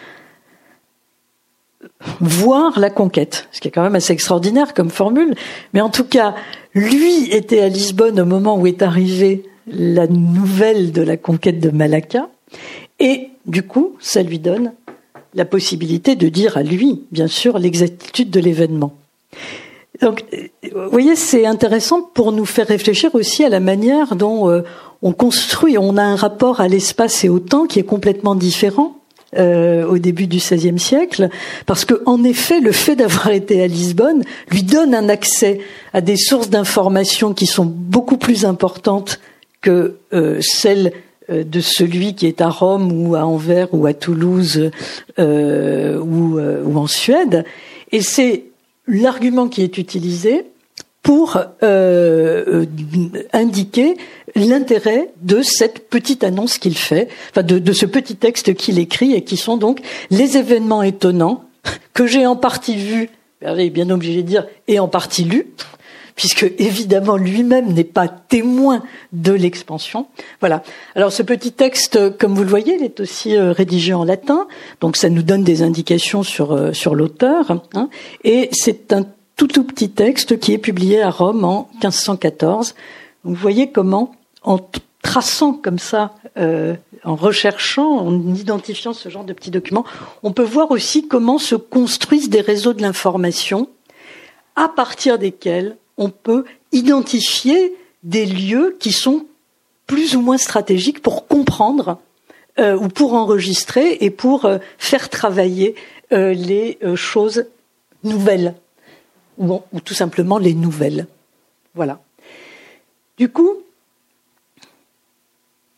voir la conquête, ce qui est quand même assez extraordinaire comme formule, mais en tout cas, lui était à Lisbonne au moment où est arrivée la nouvelle de la conquête de Malacca, et du coup, ça lui donne la possibilité de dire à lui, bien sûr, l'exactitude de l'événement. Donc, vous voyez, c'est intéressant pour nous faire réfléchir aussi à la manière dont euh, on construit, on a un rapport à l'espace et au temps qui est complètement différent Euh, au début du seizième siècle, parce que en effet, le fait d'avoir été à Lisbonne lui donne un accès à des sources d'informations qui sont beaucoup plus importantes que euh, celles euh, de celui qui est à Rome ou à Anvers ou à Toulouse euh, ou, euh, ou en Suède. Et c'est l'argument qui est utilisé pour euh, indiquer l'intérêt de cette petite annonce qu'il fait, enfin de, de ce petit texte qu'il écrit, et qui sont donc les événements étonnants que j'ai en partie vus, Hervé est bien obligé de dire, et en partie lus, puisque évidemment lui-même n'est pas témoin de l'expansion. Voilà. Alors ce petit texte, comme vous le voyez, il est aussi euh, rédigé en latin, donc ça nous donne des indications sur euh, sur l'auteur, hein, et c'est un tout tout petit texte qui est publié à Rome en quinze cent quatorze. Vous voyez comment, en traçant comme ça, euh, en recherchant, en identifiant ce genre de petits documents, on peut voir aussi comment se construisent des réseaux de l'information à partir desquels on peut identifier des lieux qui sont plus ou moins stratégiques pour comprendre euh, ou pour enregistrer et pour euh, faire travailler euh, les euh, choses nouvelles. Ou, ou tout simplement les nouvelles. Voilà. Du coup,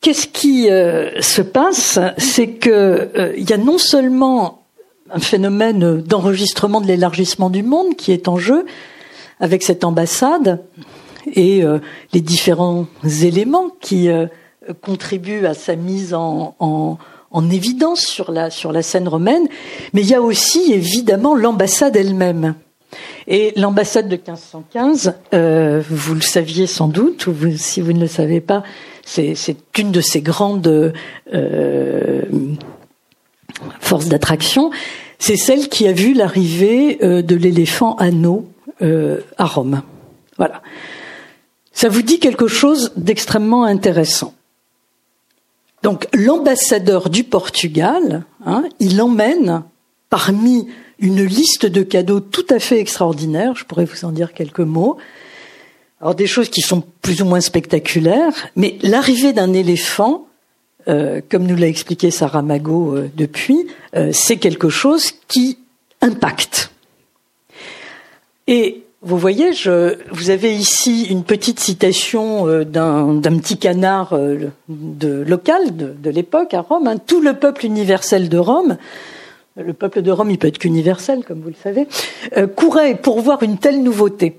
qu'est-ce qui euh, se passe? C'est que euh, il y a non seulement un phénomène d'enregistrement de l'élargissement du monde qui est en jeu avec cette ambassade et euh, les différents éléments qui euh, contribuent à sa mise en, en, en évidence sur la, sur la scène romaine, mais il y a aussi évidemment l'ambassade elle-même. Et l'ambassade de quinze cent quinze, euh, vous le saviez sans doute, ou vous, si vous ne le savez pas, c'est, c'est une de ces grandes euh, forces d'attraction. C'est celle qui a vu l'arrivée euh, de l'éléphant Anneau euh, à Rome. Voilà. Ça vous dit quelque chose d'extrêmement intéressant. Donc, l'ambassadeur du Portugal, hein, il emmène parmi une liste de cadeaux tout à fait extraordinaires, je pourrais vous en dire quelques mots, alors des choses qui sont plus ou moins spectaculaires, mais l'arrivée d'un éléphant, Euh, comme nous l'a expliqué Sarah Magot euh, depuis, euh, c'est quelque chose qui impacte. Et vous voyez, je, vous avez ici une petite citation euh, d'un, d'un petit canard euh, de, local de, de l'époque à Rome. Hein. Tout le peuple universel de Rome, le peuple de Rome, il peut être qu'universel, comme vous le savez, euh, courait pour voir une telle nouveauté.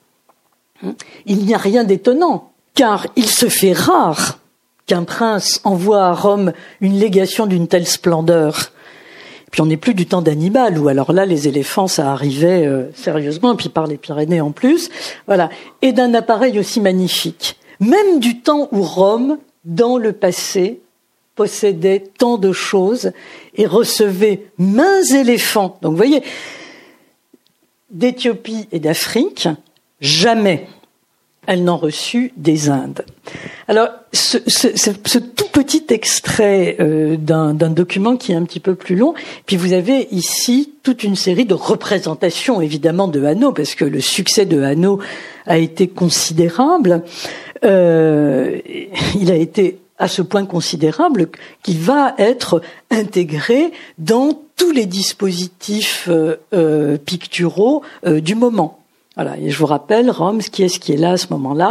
Il n'y a rien d'étonnant, car il se fait rare qu'un prince envoie à Rome une légation d'une telle splendeur. Et puis on n'est plus du temps d'Hannibal, où alors là les éléphants ça arrivait euh, sérieusement, et puis par les Pyrénées en plus, voilà, et d'un appareil aussi magnifique. Même du temps où Rome, dans le passé, possédait tant de choses et recevait maints éléphants. Donc vous voyez, d'Éthiopie et d'Afrique, jamais elle n'en reçut des Indes. Alors, ce, ce, ce, ce tout petit extrait euh, d'un, d'un document qui est un petit peu plus long, puis vous avez ici toute une série de représentations, évidemment, de Hanno, parce que le succès de Hanno a été considérable. Euh, il a été à ce point considérable qu'il va être intégré dans tous les dispositifs euh, euh, picturaux euh, du moment. Voilà, et je vous rappelle, Rome, qui est-ce qui est là à ce moment-là?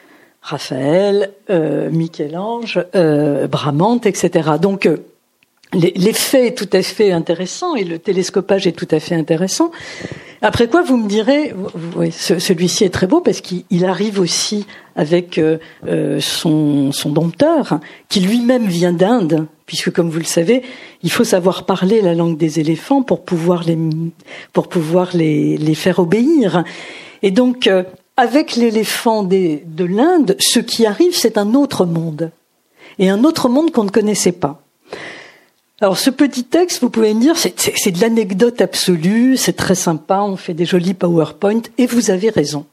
Raphaël, euh, Michel-Ange, euh, Bramante, et cetera. Donc, euh, l'effet est tout à fait intéressant et le télescopage est tout à fait intéressant. Après quoi, vous me direz, oui, ce, celui-ci est très beau parce qu'il il arrive aussi avec euh, son, son dompteur, qui lui-même vient d'Inde, puisque comme vous le savez, il faut savoir parler la langue des éléphants pour pouvoir les, pour pouvoir les, les faire obéir. Et donc, euh, avec l'éléphant des, de l'Inde, ce qui arrive, c'est un autre monde. Et un autre monde qu'on ne connaissait pas. Alors, ce petit texte, vous pouvez me dire, c'est, c'est, c'est de l'anecdote absolue, c'est très sympa, on fait des jolis PowerPoint, et vous avez raison.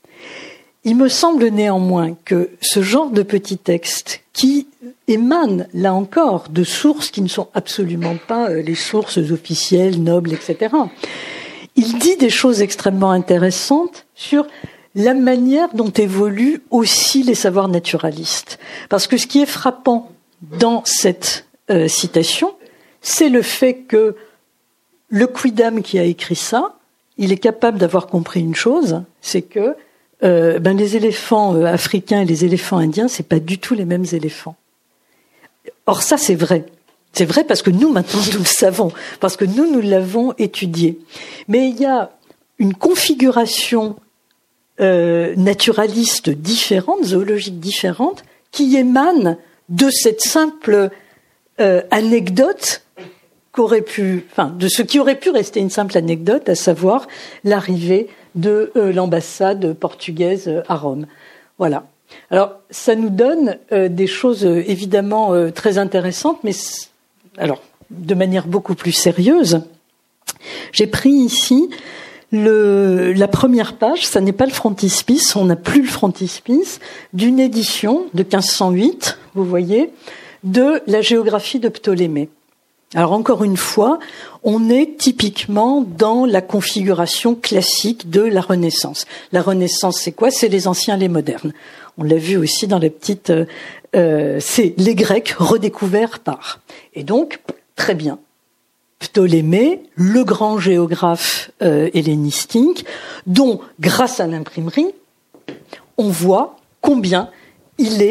Il me semble néanmoins que ce genre de petit texte, qui émane, là encore, de sources qui ne sont absolument pas les sources officielles, nobles, et cetera, il dit des choses extrêmement intéressantes sur la manière dont évoluent aussi les savoirs naturalistes. Parce que ce qui est frappant dans cette euh, citation, c'est le fait que le quidam qui a écrit ça, il est capable d'avoir compris une chose, c'est que euh, ben les éléphants euh, africains et les éléphants indiens, c'est pas du tout les mêmes éléphants. Or ça, c'est vrai. C'est vrai parce que nous, maintenant, nous le savons, parce que nous, nous l'avons étudié. Mais il y a une configuration euh, naturaliste différente, zoologique différente, qui émane de cette simple euh, anecdote qu'aurait pu, enfin, de ce qui aurait pu rester une simple anecdote, à savoir l'arrivée de euh, l'ambassade portugaise à Rome. Voilà. Alors, ça nous donne euh, des choses euh, évidemment euh, très intéressantes, mais alors de manière beaucoup plus sérieuse. J'ai pris ici le, la première page, ça n'est pas le frontispice, on n'a plus le frontispice, d'une édition de quinze cent huit, vous voyez, de la géographie de Ptolémée. Alors encore une fois, on est typiquement dans la configuration classique de la Renaissance. La Renaissance, c'est quoi? C'est les anciens, les modernes. On l'a vu aussi dans les petites... Euh, c'est les Grecs redécouverts par... Et donc, très bien. Ptolémée, le grand géographe euh, hellénistique, dont, grâce à l'imprimerie, on voit combien il est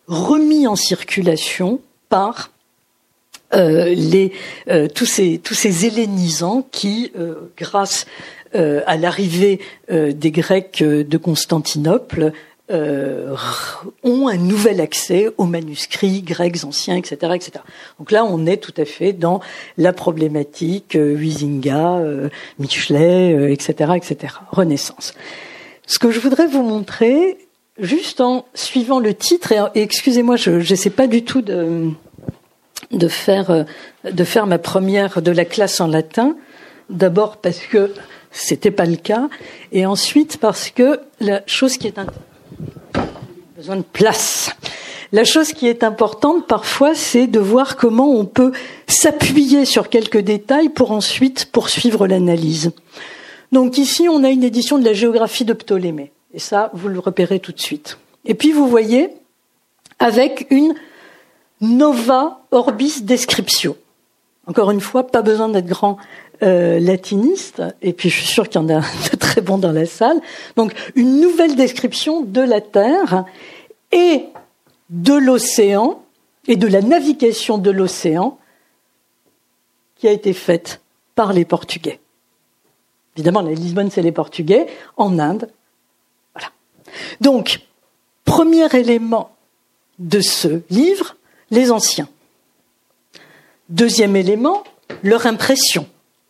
remis en circulation par euh, les, euh, tous, ces, tous ces hellénisants qui, euh, grâce euh, à l'arrivée euh, des Grecs de Constantinople, euh, ont un nouvel accès aux manuscrits grecs anciens, et cetera, et cetera. Donc là, on est tout à fait dans la problématique euh, Huizinga, euh, Michelet, euh, et cetera, et cetera. Renaissance. Ce que je voudrais vous montrer, juste en suivant le titre, et, et excusez-moi, je n'essaie pas du tout de, de faire de faire ma première de la classe en latin. D'abord parce que c'était pas le cas, et ensuite parce que la chose qui est un besoin de place. La chose qui est importante parfois, c'est de voir comment on peut s'appuyer sur quelques détails pour ensuite poursuivre l'analyse. Donc ici, on a une édition de la géographie de Ptolémée. Et ça, vous le repérez tout de suite. Et puis, vous voyez, avec une nova orbis descriptio. Encore une fois, pas besoin d'être grand euh, latiniste. Et puis, je suis sûr qu'il y en a de très bons dans la salle. Donc, une nouvelle description de la Terre et de l'océan et de la navigation de l'océan qui a été faite par les Portugais. Évidemment, la Lisbonne, c'est les Portugais. En Inde, voilà. Donc, premier élément de ce livre, les anciens. Deuxième élément, leur impression.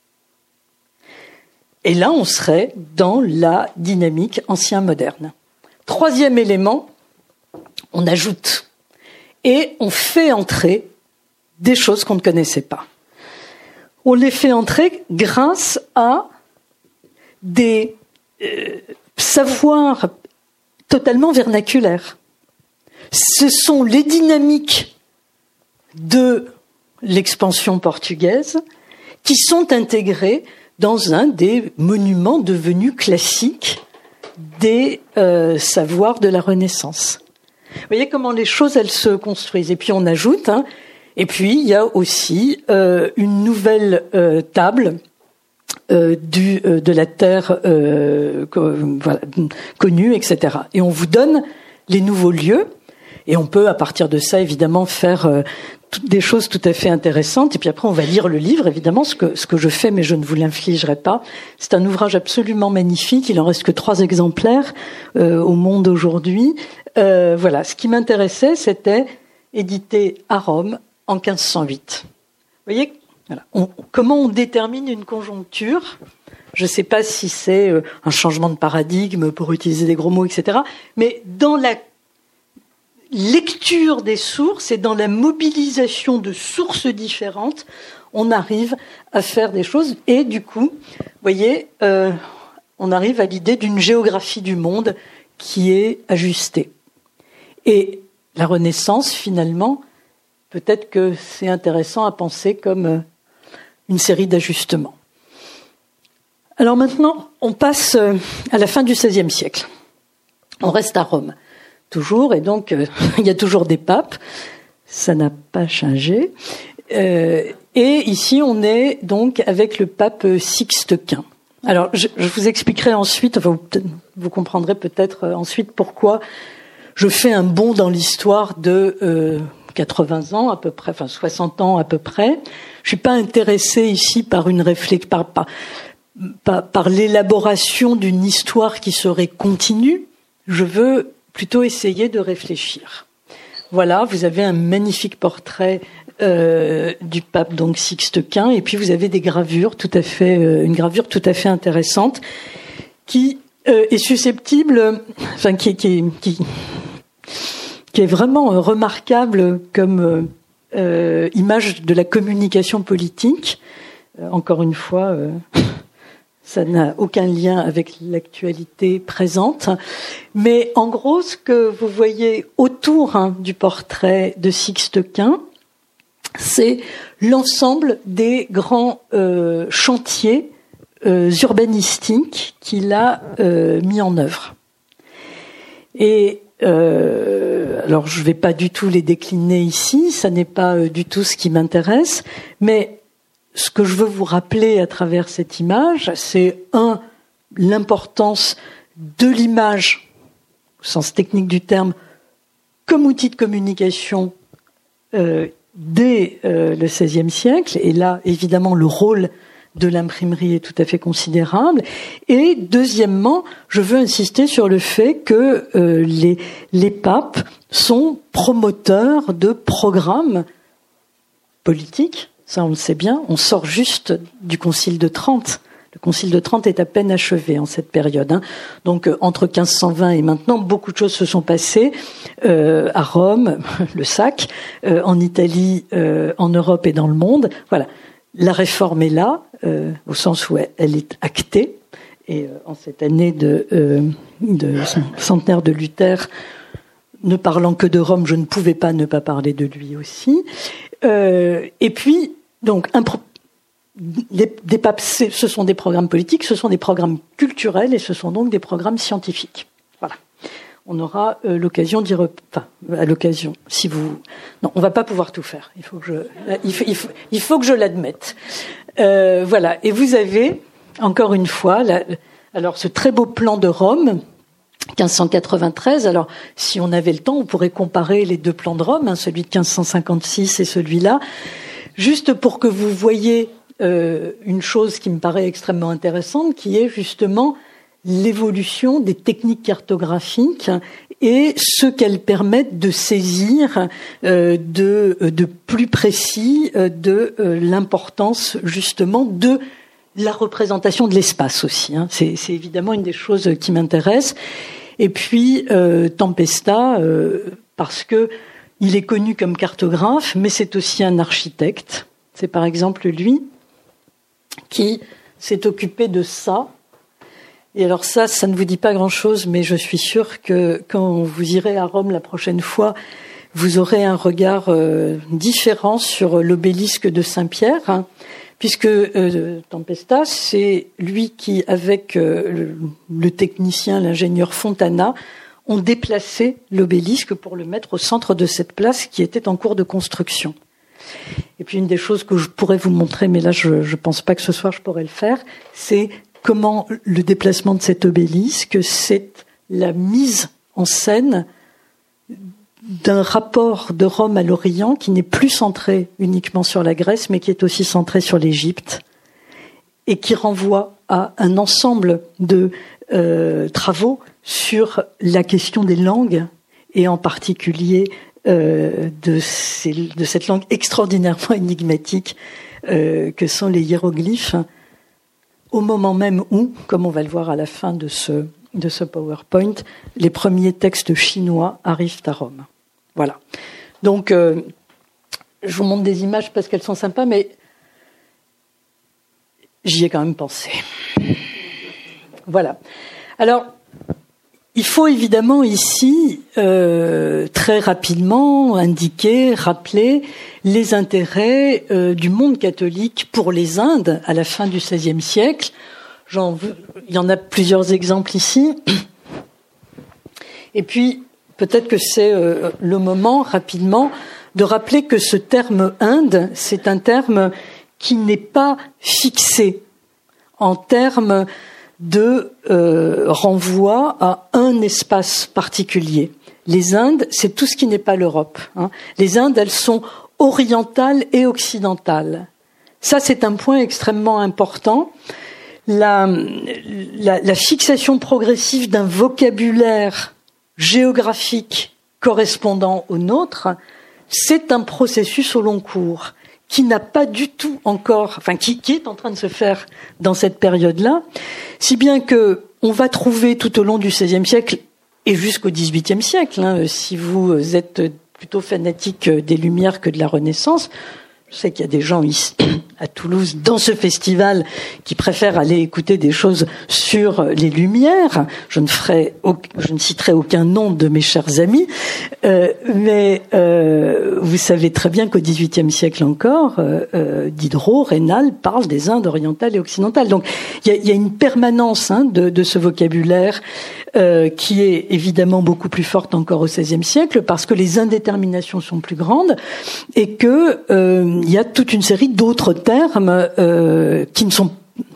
Et là, on serait dans la dynamique ancien-moderne. Troisième élément, on ajoute et on fait entrer des choses qu'on ne connaissait pas. On les fait entrer grâce à des euh, savoirs totalement vernaculaires. Ce sont les dynamiques de l'expansion portugaise qui sont intégrées dans un des monuments devenus classiques des euh, savoirs de la Renaissance. Vous voyez comment les choses, elles se construisent. Et puis on ajoute, hein, et puis il y a aussi euh, une nouvelle euh, table euh, du, euh, de la Terre euh, co- voilà, connue, et cetera. Et on vous donne les nouveaux lieux, et on peut à partir de ça évidemment faire euh, toutes des choses tout à fait intéressantes. Et puis après on va lire le livre, évidemment, ce que, ce que je fais, mais je ne vous l'infligerai pas. C'est un ouvrage absolument magnifique, il en reste que trois exemplaires euh, au monde aujourd'hui. Euh, voilà, ce qui m'intéressait, c'était édité à Rome en quinze cent huit. Vous voyez, voilà. on, comment on détermine une conjoncture. Je ne sais pas si c'est euh, un changement de paradigme, pour utiliser des gros mots, et cetera. Mais dans la lecture des sources et dans la mobilisation de sources différentes, on arrive à faire des choses. Et du coup, vous voyez, euh, on arrive à l'idée d'une géographie du monde qui est ajustée. Et la Renaissance, finalement, peut-être que c'est intéressant à penser comme une série d'ajustements. Alors maintenant, on passe à la fin du seizième siècle. On reste à Rome, toujours, et donc euh, il y a toujours des papes. Ça n'a pas changé. Euh, et ici, on est donc avec le pape Sixte Quint. Alors, je, je vous expliquerai ensuite, enfin, vous, vous comprendrez peut-être ensuite pourquoi je fais un bond dans l'histoire de euh, quatre-vingts ans à peu près, enfin soixante ans à peu près. Je suis pas intéressée ici par une réflexion, par, par, par, par l'élaboration d'une histoire qui serait continue. Je veux plutôt essayer de réfléchir. Voilà, vous avez un magnifique portrait euh, du pape donc Sixte Quint, et puis vous avez des gravures tout à fait, euh, une gravure tout à fait intéressante qui euh, est susceptible, enfin qui, qui, qui qui est vraiment euh, remarquable comme euh, euh, image de la communication politique. Euh, encore une fois, euh, ça n'a aucun lien avec l'actualité présente. Mais en gros, ce que vous voyez autour hein, du portrait de Sixte Quint, c'est l'ensemble des grands euh, chantiers euh, urbanistiques qu'il a euh, mis en œuvre. Et Euh, alors, je ne vais pas du tout les décliner ici, ça n'est pas euh, du tout ce qui m'intéresse, mais ce que je veux vous rappeler à travers cette image, c'est un, l'importance de l'image, au sens technique du terme, comme outil de communication euh, dès euh, le seizième siècle. Et là, évidemment, le rôle de l'imprimerie est tout à fait considérable. Et deuxièmement, je veux insister sur le fait que euh, les, les papes sont promoteurs de programmes politiques. Ça, on le sait bien. On sort juste du Concile de Trente. Le Concile de Trente est à peine achevé en cette période. Hein. Donc, euh, entre quinze cent vingt et maintenant, beaucoup de choses se sont passées euh, à Rome, le sac, euh, en Italie, euh, en Europe et dans le monde. Voilà. La réforme est là, euh, au sens où elle est actée. Et euh, en cette année de, euh, de centenaire de Luther, ne parlant que de Rome, je ne pouvais pas ne pas parler de lui aussi. Euh, et puis, donc, un pro- les, des papes, ce sont des programmes politiques, ce sont des programmes culturels et ce sont donc des programmes scientifiques. Voilà. On aura euh, l'occasion d'y re... enfin, à l'occasion, si vous... Non, on va pas pouvoir tout faire. Il faut que je, il faut, il faut, il faut que je l'admette. Euh, voilà. Et vous avez, encore une fois, la... alors ce très beau plan de Rome, quinze cent quatre-vingt-treize. Alors, si on avait le temps, on pourrait comparer les deux plans de Rome, hein, celui de quinze cent cinquante-six et celui-là, juste pour que vous voyez euh, une chose qui me paraît extrêmement intéressante, qui est justement l'évolution des techniques cartographiques et ce qu'elles permettent de saisir euh, de, de plus précis euh, de euh, l'importance justement de la représentation de l'espace aussi. Hein. C'est, c'est évidemment une des choses qui m'intéresse. Et puis euh, Tempesta, euh, parce que il est connu comme cartographe, mais c'est aussi un architecte. C'est par exemple lui qui s'est occupé de ça. Et alors ça, ça ne vous dit pas grand-chose, mais je suis sûre que quand vous irez à Rome la prochaine fois, vous aurez un regard euh, différent sur l'obélisque de Saint-Pierre, hein, puisque euh, Tempesta, c'est lui qui, avec euh, le, le technicien, l'ingénieur Fontana, ont déplacé l'obélisque pour le mettre au centre de cette place qui était en cours de construction. Et puis une des choses que je pourrais vous montrer, mais là je ne pense pas que ce soir je pourrais le faire, c'est comment le déplacement de cet obélisque, c'est la mise en scène d'un rapport de Rome à l'Orient qui n'est plus centré uniquement sur la Grèce, mais qui est aussi centré sur l'Égypte, et qui renvoie à un ensemble de euh, travaux sur la question des langues, et en particulier euh, de, ces, de cette langue extraordinairement énigmatique euh, que sont les hiéroglyphes, au moment même où, comme on va le voir à la fin de ce, de ce PowerPoint, les premiers textes chinois arrivent à Rome. Voilà. Donc, euh, je vous montre des images parce qu'elles sont sympas, mais j'y ai quand même pensé. Voilà. Alors, il faut évidemment ici euh, très rapidement indiquer, rappeler les intérêts euh, du monde catholique pour les Indes à la fin du seizième siècle. J'en veux, il y en a plusieurs exemples ici. Et puis, peut-être que c'est euh, le moment, rapidement, de rappeler que ce terme Inde, c'est un terme qui n'est pas fixé en termes de euh, renvoi à un espace particulier. Les Indes, c'est tout ce qui n'est pas l'Europe. Hein. Les Indes, elles sont orientales et occidentales. Ça, c'est un point extrêmement important. La, la, la fixation progressive d'un vocabulaire géographique correspondant au nôtre, c'est un processus au long cours qui n'a pas du tout encore, enfin qui, qui est en train de se faire dans cette période-là, si bien que on va trouver tout au long du seizième siècle et jusqu'au dix-huitième siècle, hein, si vous êtes plutôt fanatique des Lumières que de la Renaissance. Je sais qu'il y a des gens ici à Toulouse dans ce festival qui préfèrent aller écouter des choses sur les Lumières. Je ne ferai, je ne citerai aucun nom de mes chers amis, euh, mais euh, vous savez très bien qu'au dix-huitième siècle encore, euh, Diderot, Raynal parlent des Indes orientales et occidentales. Donc il y a, il y a une permanence hein, de, de ce vocabulaire euh, qui est évidemment beaucoup plus forte encore au seizième siècle parce que les indéterminations sont plus grandes et que euh, il y a toute une série d'autres termes euh, qui ne sont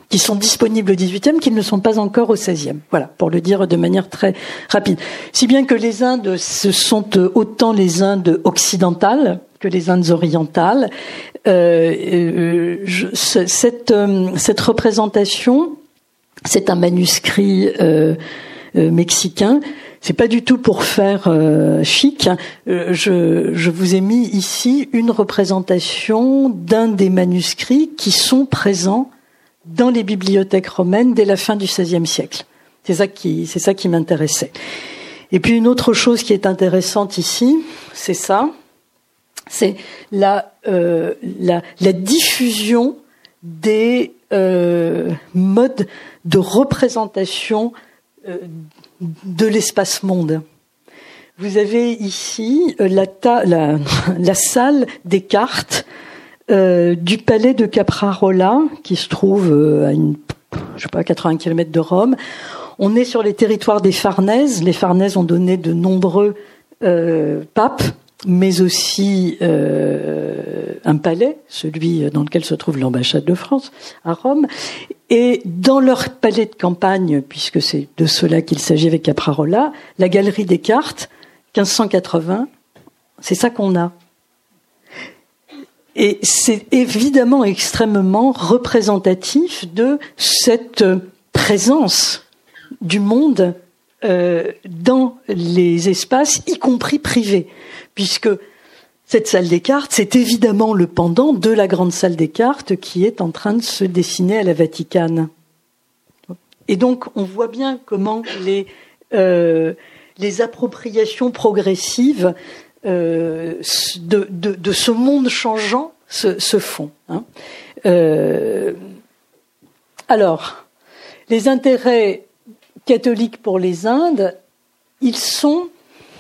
qui sont disponibles au dix-huitième, qui ne sont pas encore au seizième. Voilà, pour le dire de manière très rapide. Si bien que les Indes, ce sont autant les Indes occidentales que les Indes orientales. Euh, euh, je, cette, euh, cette représentation, c'est un manuscrit euh, euh, mexicain. C'est pas du tout pour faire euh, chic. Euh, je, je vous ai mis ici une représentation d'un des manuscrits qui sont présents dans les bibliothèques romaines dès la fin du seizième siècle. C'est ça qui, c'est ça qui m'intéressait. Et puis une autre chose qui est intéressante ici, c'est ça, c'est la, euh, la, la diffusion des euh, modes de représentation euh, de l'espace-monde. Vous avez ici la, ta, la, la salle des cartes euh, du palais de Caprarola, qui se trouve à une, je sais pas, quatre-vingts kilomètres de Rome. On est sur les territoires des Farnèses. Les Farnèses ont donné de nombreux euh, papes, mais aussi euh, un palais, celui dans lequel se trouve l'ambassade de France à Rome. Et dans leur palais de campagne, puisque c'est de cela qu'il s'agit avec Caprarola, la galerie des cartes, quinze cent quatre-vingts, c'est ça qu'on a. Et c'est évidemment extrêmement représentatif de cette présence du monde euh, dans les espaces, y compris privés, puisque cette salle des cartes, c'est évidemment le pendant de la grande salle des cartes qui est en train de se dessiner à la Vaticane. Et donc, on voit bien comment les, euh, les appropriations progressives euh, de, de, de ce monde changeant se, se font. Hein. Euh, alors, les intérêts catholiques pour les Indes, ils sont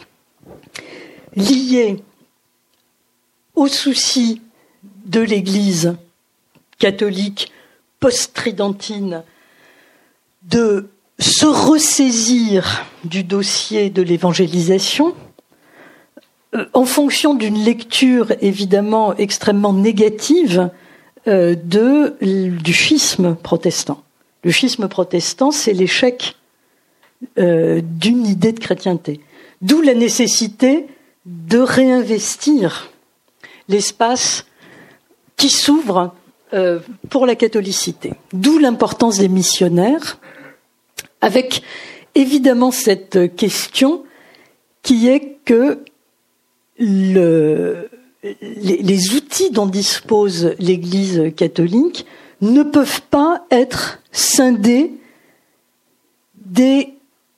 liés au souci de l'Église catholique post-tridentine de se ressaisir du dossier de l'évangélisation euh, en fonction d'une lecture évidemment extrêmement négative euh, de, du schisme protestant. Le schisme protestant, c'est l'échec euh, d'une idée de chrétienté. D'où la nécessité de réinvestir l'espace qui s'ouvre euh, pour la catholicité. D'où l'importance des missionnaires, avec évidemment cette question qui est que le, les, les outils dont dispose l'Église catholique ne peuvent pas être scindés des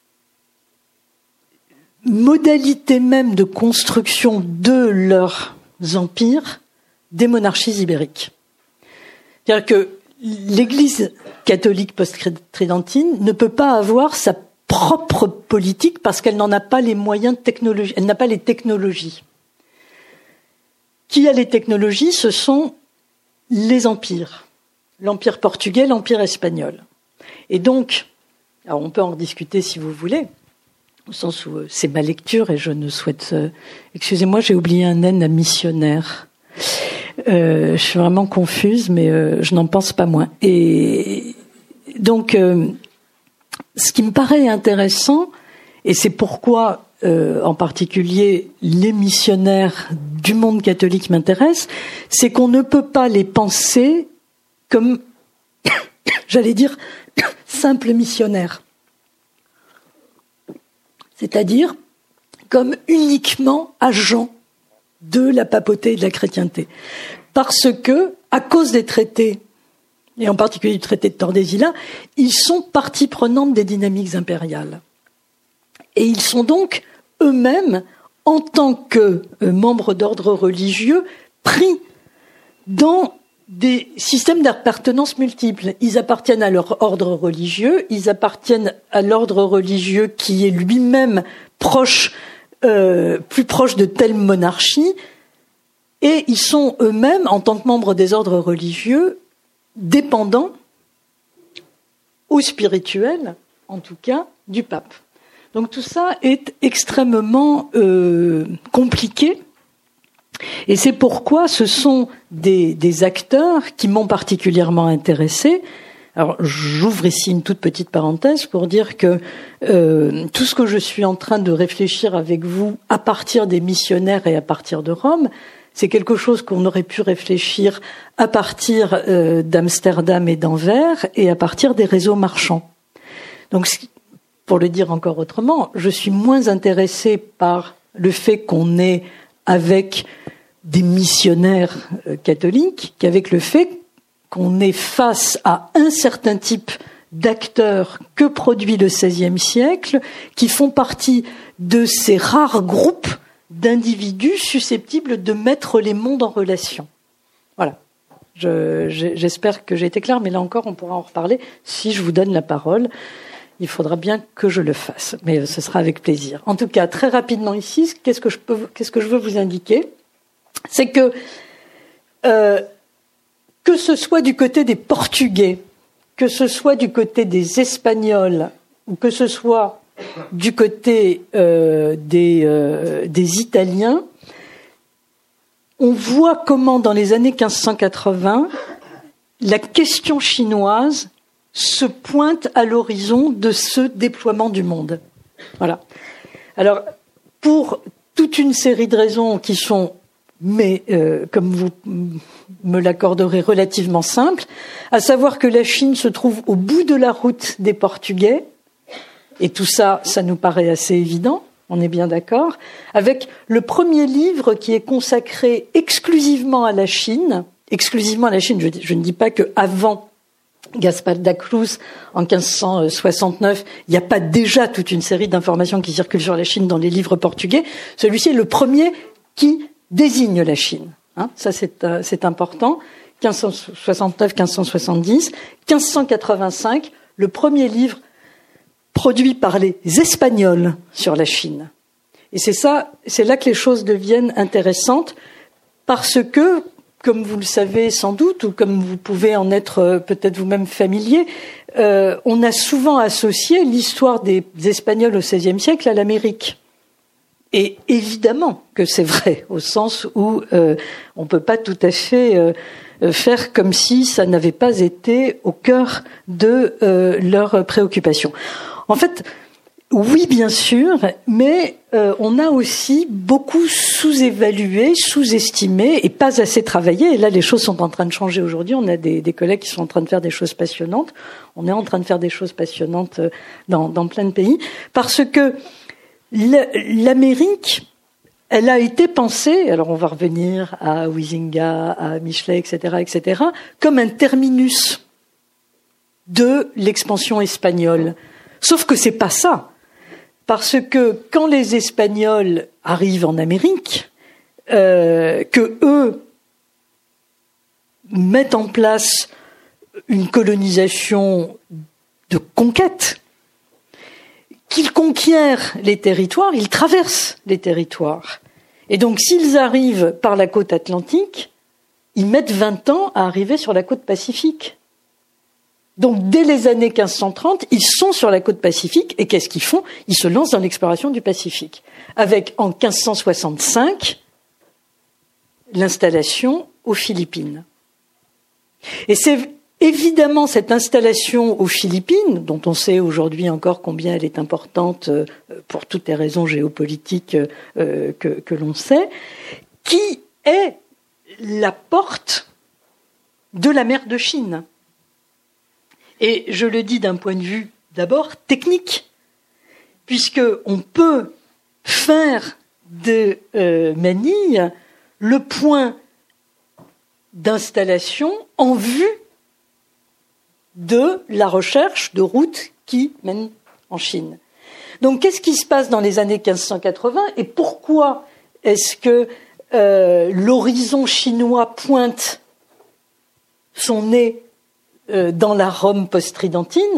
modalités même de construction de leurs empires des monarchies ibériques. C'est-à-dire que l'Église catholique post-tridentine ne peut pas avoir sa propre politique parce qu'elle n'en a pas les moyens technologiques, elle n'a pas les technologies. Qui a les technologies? Ce sont les empires. L'empire portugais, l'empire espagnol. Et donc, alors on peut en discuter si vous voulez, au sens où c'est ma lecture et je ne souhaite... Euh, excusez-moi, j'ai oublié un N à missionnaire. Euh, je suis vraiment confuse, mais euh, je n'en pense pas moins. Et donc, euh, ce qui me paraît intéressant, et c'est pourquoi, euh, en particulier, les missionnaires du monde catholique m'intéressent, c'est qu'on ne peut pas les penser comme, j'allais dire, simples missionnaires. C'est-à-dire comme uniquement agents de la papauté et de la chrétienté. Parce que, à cause des traités, et en particulier du traité de Tordesillas, ils sont partie prenante des dynamiques impériales. Et ils sont donc eux-mêmes, en tant que euh, membres d'ordre religieux, pris dans des systèmes d'appartenance multiples. Ils appartiennent à leur ordre religieux, ils appartiennent à l'ordre religieux qui est lui-même proche, euh, plus proche de telle monarchie, et ils sont eux-mêmes, en tant que membres des ordres religieux, dépendants, au spirituel, en tout cas, du pape. Donc tout ça est extrêmement euh, compliqué. Et c'est pourquoi ce sont des, des acteurs qui m'ont particulièrement intéressé. Alors, j'ouvre ici une toute petite parenthèse pour dire que euh, tout ce que je suis en train de réfléchir avec vous à partir des missionnaires et à partir de Rome, c'est quelque chose qu'on aurait pu réfléchir à partir euh, d'Amsterdam et d'Anvers et à partir des réseaux marchands. Donc, pour le dire encore autrement, je suis moins intéressée par le fait qu'on est avec des missionnaires euh, catholiques qu'avec le fait qu'on est face à un certain type d'acteurs que produit le seizième siècle, qui font partie de ces rares groupes d'individus susceptibles de mettre les mondes en relation. Voilà. Je, j'espère que j'ai été claire, mais là encore, on pourra en reparler. Si je vous donne la parole, il faudra bien que je le fasse, mais ce sera avec plaisir. En tout cas, très rapidement ici, qu'est-ce que je peux, qu'est-ce que je veux vous indiquer ? C'est que euh, que ce soit du côté des Portugais, que ce soit du côté des Espagnols, ou que ce soit du côté euh, des, euh, des Italiens, on voit comment dans les années quinze cent quatre-vingts, la question chinoise se pointe à l'horizon de ce déploiement du monde. Voilà. Alors, pour toute une série de raisons qui sont, mais euh, comme vous me l'accorderez, relativement simples, à savoir que la Chine se trouve au bout de la route des Portugais, et tout ça, ça nous paraît assez évident, on est bien d'accord, avec le premier livre qui est consacré exclusivement à la Chine, exclusivement à la Chine, je, je ne dis pas qu'avant Gaspar da Cruz, en quinze cent soixante-neuf, il n'y a pas déjà toute une série d'informations qui circulent sur la Chine dans les livres portugais. Celui-ci est le premier qui désigne la Chine. Hein, ça, c'est, euh, c'est important. quinze cent soixante-neuf, quinze cent soixante-dix, quinze cent quatre-vingt-cinq, le premier livre produit par les Espagnols sur la Chine. Et c'est ça, c'est là que les choses deviennent intéressantes, parce que, comme vous le savez sans doute, ou comme vous pouvez en être euh, peut-être vous-même familier, euh, on a souvent associé l'histoire des Espagnols au seizième siècle à l'Amérique. Et évidemment que c'est vrai, au sens où euh, on ne peut pas tout à fait euh, faire comme si ça n'avait pas été au cœur de euh, leurs préoccupations. En fait, oui, bien sûr, mais euh, on a aussi beaucoup sous-évalué, sous-estimé et pas assez travaillé. Et là, les choses sont en train de changer aujourd'hui. On a des, des collègues qui sont en train de faire des choses passionnantes. On est en train de faire des choses passionnantes dans, dans plein de pays, parce que l'Amérique, elle a été pensée, alors on va revenir à Huizinga, à Michelet, et cetera, et cetera, comme un terminus de l'expansion espagnole. Sauf que c'est pas ça. Parce que quand les Espagnols arrivent en Amérique, euh, que eux mettent en place une colonisation de conquête, qu'ils conquièrent les territoires, ils traversent les territoires. Et donc, s'ils arrivent par la côte atlantique, ils mettent vingt ans à arriver sur la côte pacifique. Donc, dès les années quinze cent trente, ils sont sur la côte pacifique, et qu'est-ce qu'ils font ? Ils se lancent dans l'exploration du Pacifique, avec, en quinze cent soixante-cinq, l'installation aux Philippines. Et c'est évidemment cette installation aux Philippines, dont on sait aujourd'hui encore combien elle est importante pour toutes les raisons géopolitiques que, que l'on sait, qui est la porte de la mer de Chine. Et je le dis d'un point de vue d'abord technique, puisqu'on peut faire de euh, Manille le point d'installation en vue de la recherche de routes qui mènent en Chine. Donc, qu'est-ce qui se passe dans les années quinze cent quatre-vingts et pourquoi est-ce que euh, l'horizon chinois pointe son nez euh, dans la Rome post-tridentine ?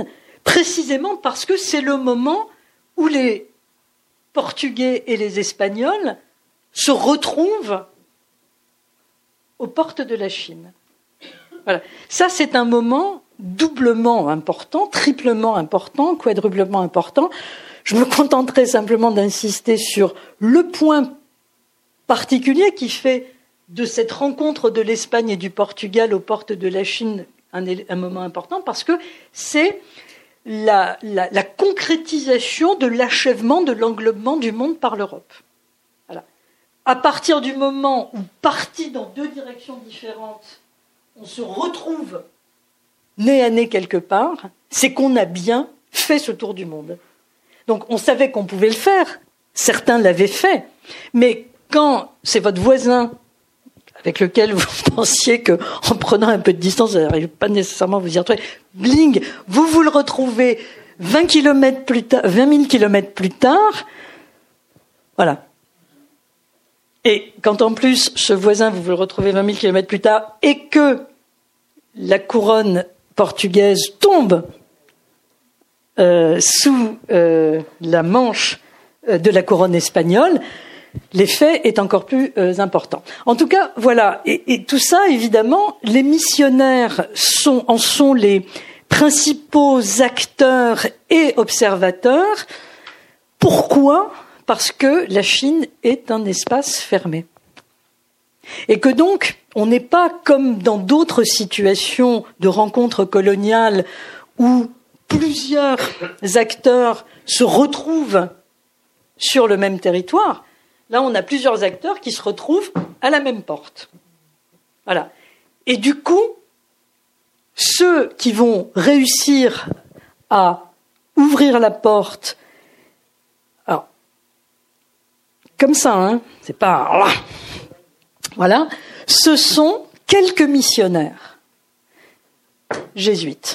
Précisément parce que c'est le moment où les Portugais et les Espagnols se retrouvent aux portes de la Chine. Voilà. Ça, c'est un moment doublement important, triplement important, quadruplement important. Je me contenterai simplement d'insister sur le point particulier qui fait de cette rencontre de l'Espagne et du Portugal aux portes de la Chine un, un moment important parce que c'est la, la, la concrétisation de l'achèvement de l'englobement du monde par l'Europe. Voilà. À partir du moment où, partis dans deux directions différentes, on se retrouve nez à nez quelque part, c'est qu'on a bien fait ce tour du monde. Donc on savait qu'on pouvait le faire, certains l'avaient fait, mais quand c'est votre voisin avec lequel vous pensiez qu'en prenant un peu de distance, vous n'arrivez pas nécessairement à vous y retrouver, bling, vous vous le retrouvez vingt kilomètres plus tard, vingt mille kilomètres plus tard, voilà. Et quand en plus ce voisin, vous vous le retrouvez vingt mille kilomètres plus tard, et que la couronne portugaise tombe euh, sous euh, la manche euh, de la couronne espagnole, l'effet est encore plus euh, important. En tout cas, voilà. Et, et tout ça, évidemment, les missionnaires sont, en sont les principaux acteurs et observateurs. Pourquoi ? Parce que la Chine est un espace fermé. Et que donc, on n'est pas comme dans d'autres situations de rencontres coloniales où plusieurs acteurs se retrouvent sur le même territoire. Là, on a plusieurs acteurs qui se retrouvent à la même porte. Voilà. Et du coup, ceux qui vont réussir à ouvrir la porte, alors, comme ça, hein, c'est pas... Voilà, ce sont quelques missionnaires jésuites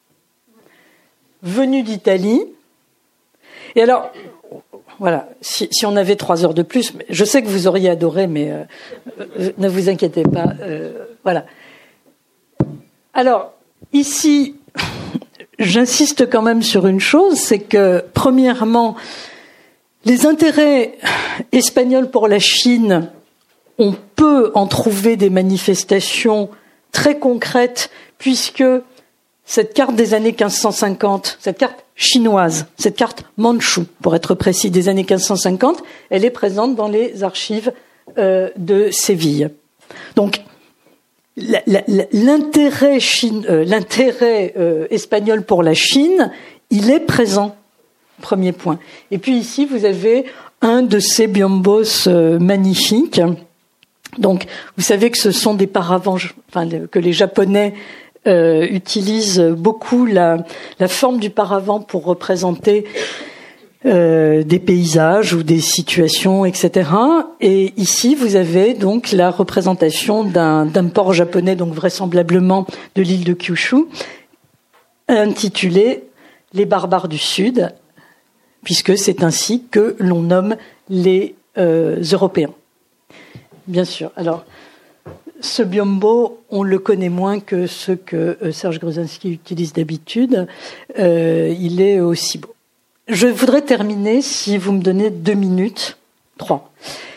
venus d'Italie. Et alors, voilà, si, si on avait trois heures de plus, je sais que vous auriez adoré, mais euh, euh, ne vous inquiétez pas. Euh, voilà. Alors, ici, j'insiste quand même sur une chose, c'est que, premièrement, les intérêts espagnols pour la Chine, on peut en trouver des manifestations très concrètes, puisque cette carte des années quinze cent cinquante, cette carte chinoise, cette carte mandchoue, pour être précis, des années quinze cent cinquante, elle est présente dans les archives euh, de Séville. Donc, la, la, l'intérêt, Chine, euh, l'intérêt euh, espagnol pour la Chine, il est présent, premier point. Et puis ici, vous avez un de ces biombos euh, magnifiques. Donc, vous savez que ce sont des paravents, enfin, que les Japonais euh, utilisent beaucoup la, la forme du paravent pour représenter euh, des paysages ou des situations, et cetera. Et ici, vous avez donc la représentation d'un, d'un port japonais, donc vraisemblablement de l'île de Kyushu, intitulé « Les barbares du Sud », puisque c'est ainsi que l'on nomme les euh, Européens. Bien sûr. Alors, ce biombo, on le connaît moins que ce que Serge Gruzinski utilise d'habitude. Euh, il est aussi beau. Je voudrais terminer, si vous me donnez deux minutes, trois,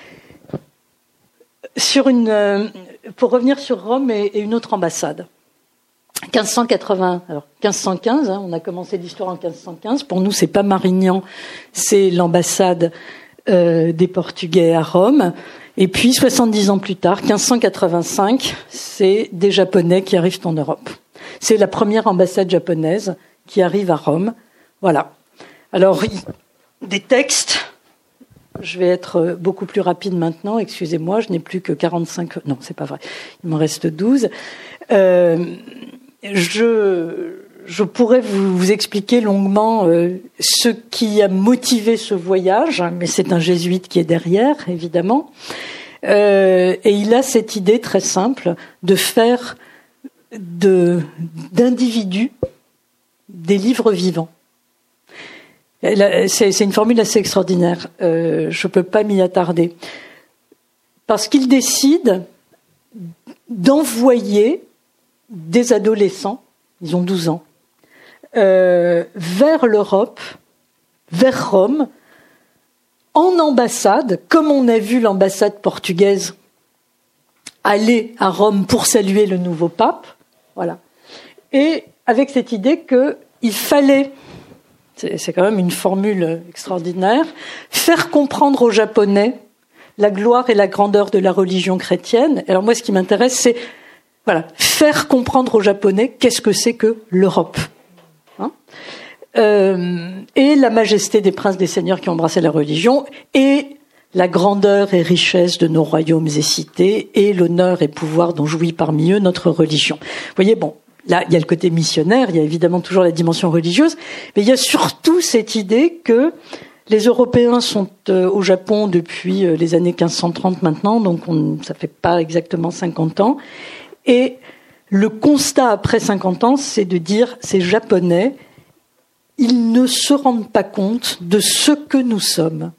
sur une, euh, pour revenir sur Rome et, et une autre ambassade. quinze cent quatre-vingts, alors quinze cent quinze, hein, on a commencé l'histoire en quinze cent quinze. Pour nous, c'est pas Marignan, c'est l'ambassade euh, des Portugais à Rome. Et puis, soixante-dix ans plus tard, quinze cent quatre-vingt-cinq, c'est des Japonais qui arrivent en Europe. C'est la première ambassade japonaise qui arrive à Rome. Voilà. Alors, des textes, je vais être beaucoup plus rapide maintenant, excusez-moi, je n'ai plus que quarante-cinq... Non, c'est pas vrai, il m'en reste douze. Euh, je, je pourrais vous, vous expliquer longuement euh, ce qui a motivé ce voyage, mais c'est un jésuite qui est derrière, évidemment. Euh, et il a cette idée très simple de faire de, d'individus des livres vivants. C'est, c'est une formule assez extraordinaire. Euh, je ne peux pas m'y attarder. Parce qu'il décide d'envoyer des adolescents, ils ont douze ans, euh, vers l'Europe, vers Rome, en ambassade, comme on a vu l'ambassade portugaise aller à Rome pour saluer le nouveau pape, voilà. Et avec cette idée qu'il fallait, c'est, c'est quand même une formule extraordinaire, faire comprendre aux Japonais la gloire et la grandeur de la religion chrétienne. Alors moi, ce qui m'intéresse, c'est voilà, faire comprendre aux Japonais qu'est-ce que c'est que l'Europe. Hein euh, et la majesté des princes des seigneurs qui ont embrassé la religion, et la grandeur et richesse de nos royaumes et cités, et l'honneur et pouvoir dont jouit parmi eux notre religion. Vous voyez, bon, là, il y a le côté missionnaire, il y a évidemment toujours la dimension religieuse, mais il y a surtout cette idée que les Européens sont euh, au Japon depuis euh, les années quinze cent trente maintenant, donc on, ça fait pas exactement cinquante ans. Et le constat après cinquante ans, c'est de dire, ces Japonais, ils ne se rendent pas compte de ce que nous sommes.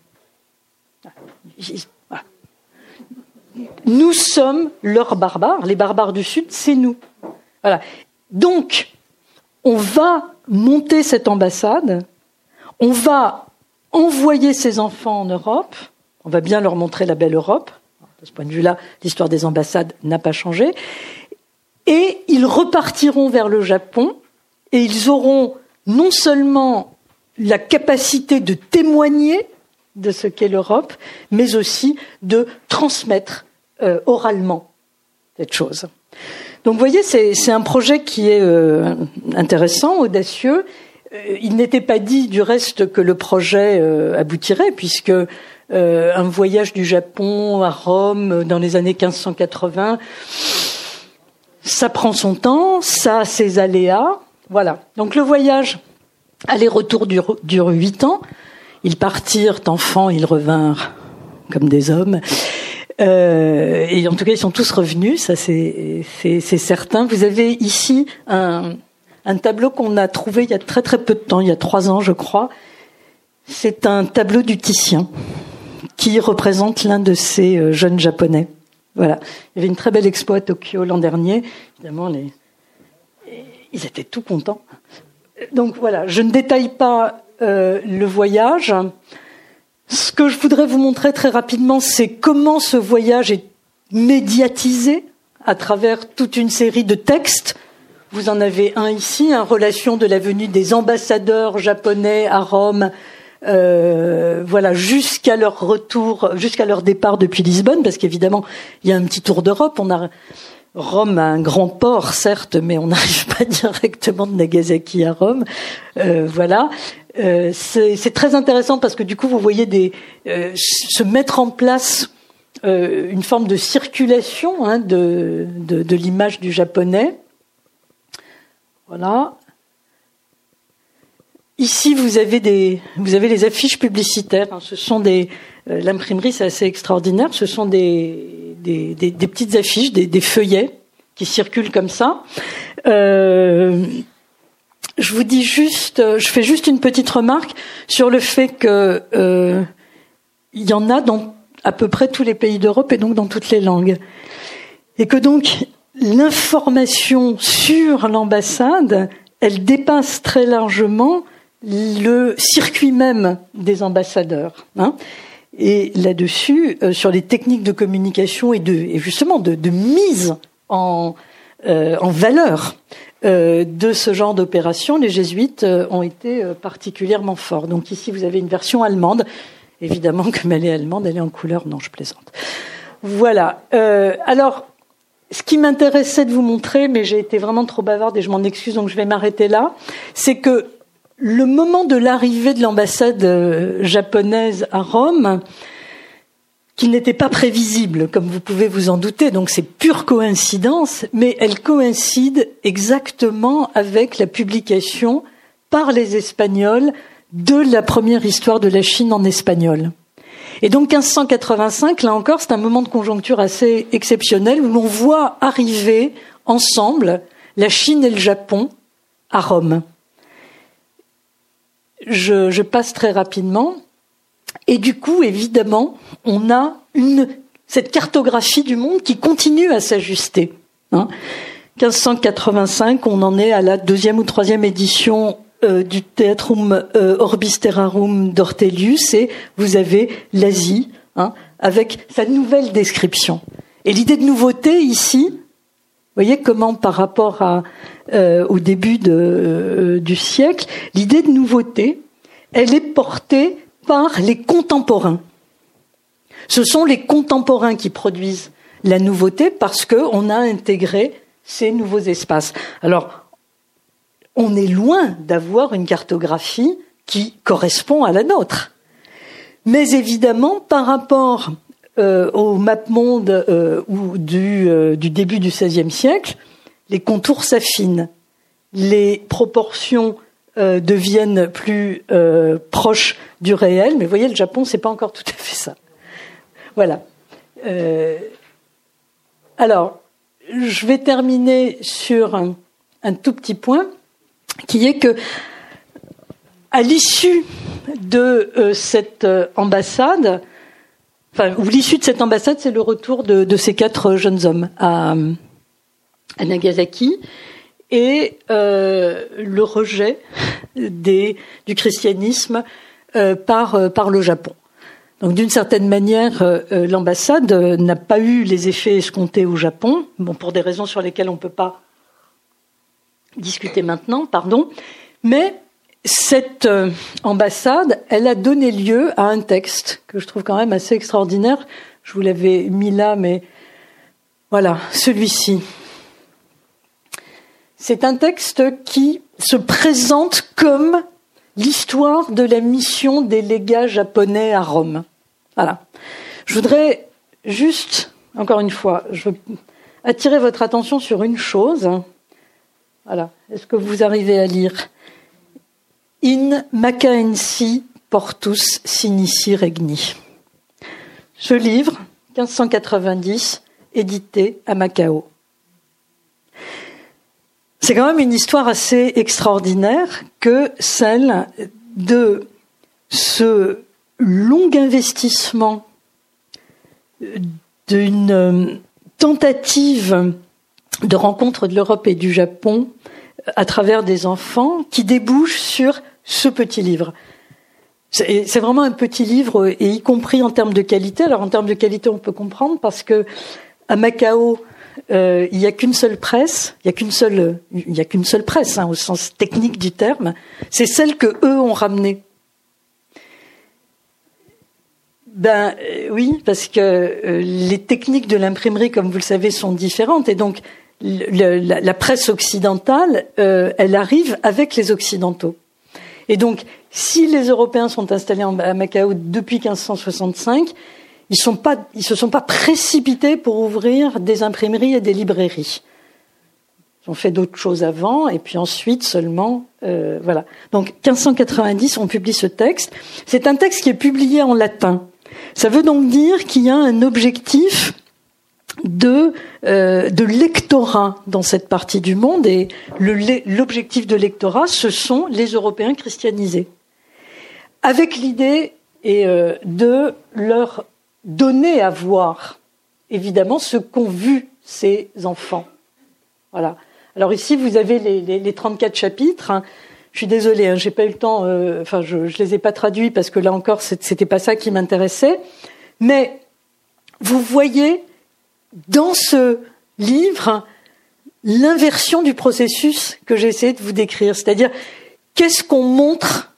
Nous sommes leurs barbares, les barbares du Sud, c'est nous. Voilà. Donc, on va monter cette ambassade, on va envoyer ces enfants en Europe, on va bien leur montrer la belle Europe. De ce point de vue-là, l'histoire des ambassades n'a pas changé. Et ils repartiront vers le Japon et ils auront non seulement la capacité de témoigner de ce qu'est l'Europe, mais aussi de transmettre euh, oralement cette chose. Donc vous voyez, c'est, c'est un projet qui est euh, intéressant, audacieux. Euh, il n'était pas dit du reste que le projet euh, aboutirait, puisque euh, un voyage du Japon à Rome dans les années quinze cent quatre-vingts, ça prend son temps, ça a ses aléas. Voilà. Donc le voyage aller-retour dure, dure huit ans. Ils partirent enfants, ils revinrent comme des hommes. Euh, et en tout cas, ils sont tous revenus, ça c'est, c'est, c'est certain. Vous avez ici un, un tableau qu'on a trouvé il y a très très peu de temps, il y a trois ans je crois. C'est un tableau du Titien qui représente l'un de ces jeunes Japonais. Voilà. Il y avait une très belle expo à Tokyo l'an dernier. Évidemment, les... ils étaient tout contents. Donc voilà, je ne détaille pas euh, le voyage. Ce que je voudrais vous montrer très rapidement, c'est comment ce voyage est médiatisé à travers toute une série de textes. Vous en avez un ici, en relation de la venue des ambassadeurs japonais à Rome, euh, voilà, jusqu'à leur retour, jusqu'à leur départ depuis Lisbonne, parce qu'évidemment, il y a un petit tour d'Europe. On a Rome a un grand port, certes, mais on n'arrive pas directement de Nagasaki à Rome. Euh, voilà. Euh, c'est, c'est très intéressant parce que du coup, vous voyez des, euh, se mettre en place euh, une forme de circulation hein, de, de, de l'image du japonais. Voilà. Ici, vous avez des, vous avez les affiches publicitaires. Hein. Ce sont des, euh, l'imprimerie, c'est assez extraordinaire. Ce sont des Des, des, des petites affiches, des, des feuillets qui circulent comme ça. Euh, je vous dis juste, je fais juste une petite remarque sur le fait que euh, il y en a dans à peu près tous les pays d'Europe et donc dans toutes les langues, et que donc l'information sur l'ambassade, elle dépasse très largement le circuit même des ambassadeurs. Hein. Et là-dessus, euh, sur les techniques de communication et, de, et justement de, de mise en, euh, en valeur euh, de ce genre d'opération, les jésuites euh, ont été euh, particulièrement forts. Donc ici, vous avez une version allemande. Évidemment, comme elle est allemande, elle est en couleur. Non, je plaisante. Voilà. Euh, alors, ce qui m'intéressait de vous montrer, mais j'ai été vraiment trop bavarde et je m'en excuse, donc je vais m'arrêter là, c'est que le moment de l'arrivée de l'ambassade japonaise à Rome, qui n'était pas prévisible, comme vous pouvez vous en douter, donc c'est pure coïncidence, mais elle coïncide exactement avec la publication par les Espagnols de la première histoire de la Chine en espagnol. Et donc quinze cent quatre-vingt-cinq, là encore, c'est un moment de conjoncture assez exceptionnel où l'on voit arriver ensemble la Chine et le Japon à Rome. Je, je passe très rapidement. Et du coup, évidemment, on a une, cette cartographie du monde qui continue à s'ajuster. Hein. quinze cent quatre-vingt-cinq, on en est à la deuxième ou troisième édition euh, du Theatrum euh, Orbis Terrarum d'Ortelius, et vous avez l'Asie, hein, avec sa nouvelle description. Et l'idée de nouveauté ici, vous voyez comment par rapport à, euh, au début de, euh, du siècle, l'idée de nouveauté, elle est portée par les contemporains. Ce sont les contemporains qui produisent la nouveauté parce qu'on a intégré ces nouveaux espaces. Alors, on est loin d'avoir une cartographie qui correspond à la nôtre. Mais évidemment, par rapport euh, au map-monde euh, ou du, euh, du début du seizième siècle, les contours s'affinent, les proportions euh, deviennent plus euh, proches du réel. Mais vous voyez, le Japon, c'est pas encore tout à fait ça. Voilà. Euh, alors, je vais terminer sur un, un tout petit point, qui est que, à l'issue de euh, cette euh, ambassade, enfin, ou l'issue de cette ambassade, c'est le retour de, de ces quatre jeunes hommes à, à Nagasaki, et euh, le rejet des, du christianisme euh, par, euh, par le Japon. Donc, d'une certaine manière, euh, l'ambassade n'a pas eu les effets escomptés au Japon, bon, pour des raisons sur lesquelles on ne peut pas discuter maintenant, pardon, mais cette euh, ambassade, elle a donné lieu à un texte que je trouve quand même assez extraordinaire. Je vous l'avais mis là, mais voilà, celui-ci. C'est un texte qui se présente comme l'histoire de la mission des légats japonais à Rome. Voilà. Je voudrais juste, encore une fois, je veux attirer votre attention sur une chose. Voilà. Est-ce que vous arrivez à lire ? In Macaensi portus sinici regni. Ce livre, quinze cent quatre-vingt-dix, édité à Macao. C'est quand même une histoire assez extraordinaire que celle de ce long investissement d'une tentative de rencontre de l'Europe et du Japon à travers des enfants qui débouche sur ce petit livre. C'est, c'est vraiment un petit livre, et y compris en termes de qualité. Alors en termes de qualité, on peut comprendre parce que à Macao, euh, il n'y a qu'une seule presse, il n'y a qu'une seule, il y a qu'une seule presse hein, au sens technique du terme. C'est celle que eux ont ramenée. Ben euh, oui, parce que euh, les techniques de l'imprimerie, comme vous le savez, sont différentes, et donc le, la, la presse occidentale, euh, elle arrive avec les Occidentaux. Et donc, si les Européens sont installés en, à Macao depuis quinze cent soixante-cinq, ils sont pas, ils se sont pas précipités pour ouvrir des imprimeries et des librairies. Ils ont fait d'autres choses avant, et puis ensuite seulement, euh, voilà. Donc, quinze cent quatre-vingt-dix, on publie ce texte. C'est un texte qui est publié en latin. Ça veut donc dire qu'il y a un objectif de euh, de lectorat dans cette partie du monde, et le, l'objectif de lectorat, ce sont les Européens christianisés, avec l'idée et euh, de leur donner à voir évidemment ce qu'ont vu ces enfants. Voilà. Alors ici vous avez les, les, les trente-quatre chapitres. Hein. Je suis désolée, hein, j'ai pas eu le temps. Euh, enfin, je, je les ai pas traduits parce que là encore, c'était pas ça qui m'intéressait. Mais vous voyez dans ce livre l'inversion du processus que j'ai essayé de vous décrire. C'est-à-dire, qu'est-ce qu'on montre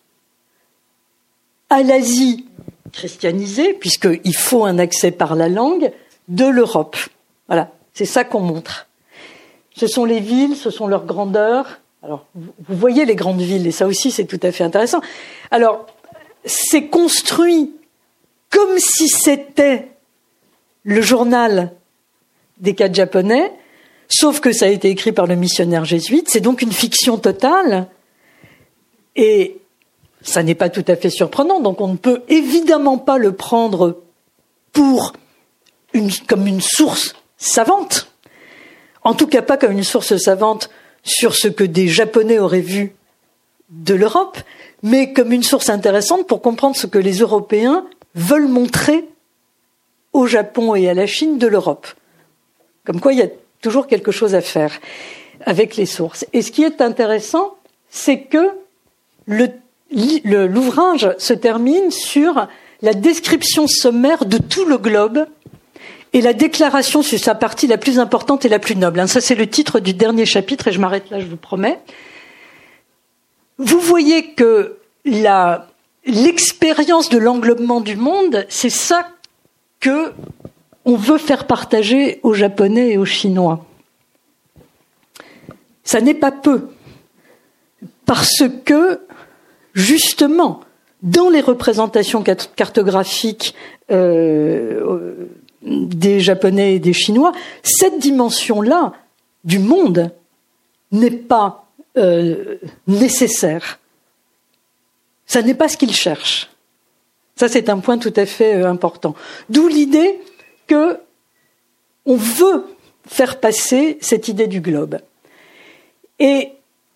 à l'Asie christianisée, puisqu'il faut un accès par la langue, de l'Europe. Voilà, c'est ça qu'on montre. Ce sont les villes, ce sont leurs grandeurs. Alors, vous voyez les grandes villes, et ça aussi, c'est tout à fait intéressant. Alors, c'est construit comme si c'était le journal des quatre japonais, sauf que ça a été écrit par le missionnaire jésuite. C'est donc une fiction totale, et ça n'est pas tout à fait surprenant. Donc, on ne peut évidemment pas le prendre pour une, comme une source savante. En tout cas, pas comme une source savante sur ce que des Japonais auraient vu de l'Europe, mais comme une source intéressante pour comprendre ce que les Européens veulent montrer au Japon et à la Chine de l'Europe. Comme quoi, il y a toujours quelque chose à faire avec les sources. Et ce qui est intéressant, c'est que le, le, l'ouvrage se termine sur la description sommaire de tout le globe et la déclaration sur sa partie la plus importante et la plus noble. Ça, c'est le titre du dernier chapitre, et je m'arrête là, je vous promets. Vous voyez que la, l'expérience de l'englobement du monde, c'est ça que on veut faire partager aux Japonais et aux Chinois. ça n'est pas peu. Parce que, justement, dans les représentations cartographiques euh, des Japonais et des Chinois, cette dimension-là du monde n'est pas euh, nécessaire. Ça n'est pas ce qu'ils cherchent. Ça, c'est un point tout à fait euh, important. D'où l'idée que on veut faire passer cette idée du globe. Et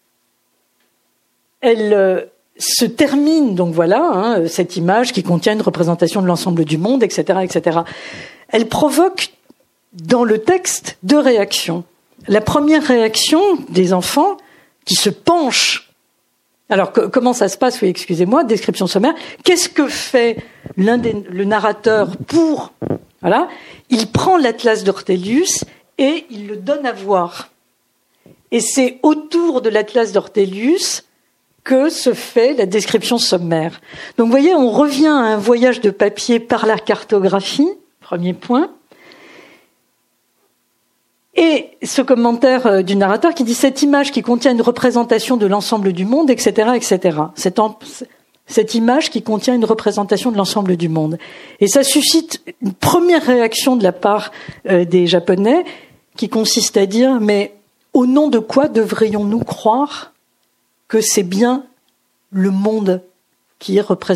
elle euh, se termine, donc voilà, hein, cette image qui contient une représentation de l'ensemble du monde, et cetera, et cetera. Elle provoque dans le texte deux réactions. La première réaction des enfants qui se penchent. Alors, que, comment ça se passe? Oui, excusez-moi, description sommaire. Qu'est-ce que fait l'un des, le narrateur pour... Voilà, il prend l'atlas d'Ortelius et il le donne à voir. Et c'est autour de l'atlas d'Ortelius que se fait la description sommaire. Donc, vous voyez, on revient à un voyage de papier par la cartographie, premier point. Et ce commentaire du narrateur qui dit « Cette image qui contient une représentation de l'ensemble du monde, et cetera, et cetera » Cette, en, cette image qui contient une représentation de l'ensemble du monde. Et ça suscite une première réaction de la part euh, des Japonais qui consiste à dire « Mais au nom de quoi devrions-nous croire que c'est bien le monde qui est représenté ?»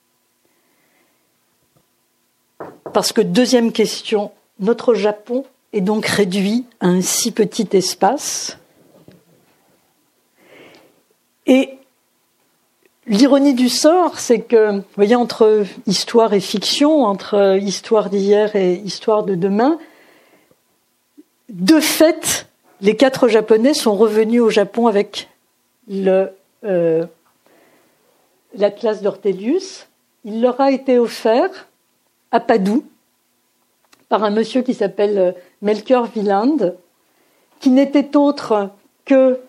Parce que, deuxième question, notre Japon est donc réduit à un si petit espace. Et l'ironie du sort, c'est que, vous voyez, entre histoire et fiction, entre histoire d'hier et histoire de demain, de fait, les quatre Japonais sont revenus au Japon avec le, euh, l'atlas d'Ortelius. Il leur a été offert à Padoue par un monsieur qui s'appelle Melchior Wieland, qui n'était autre que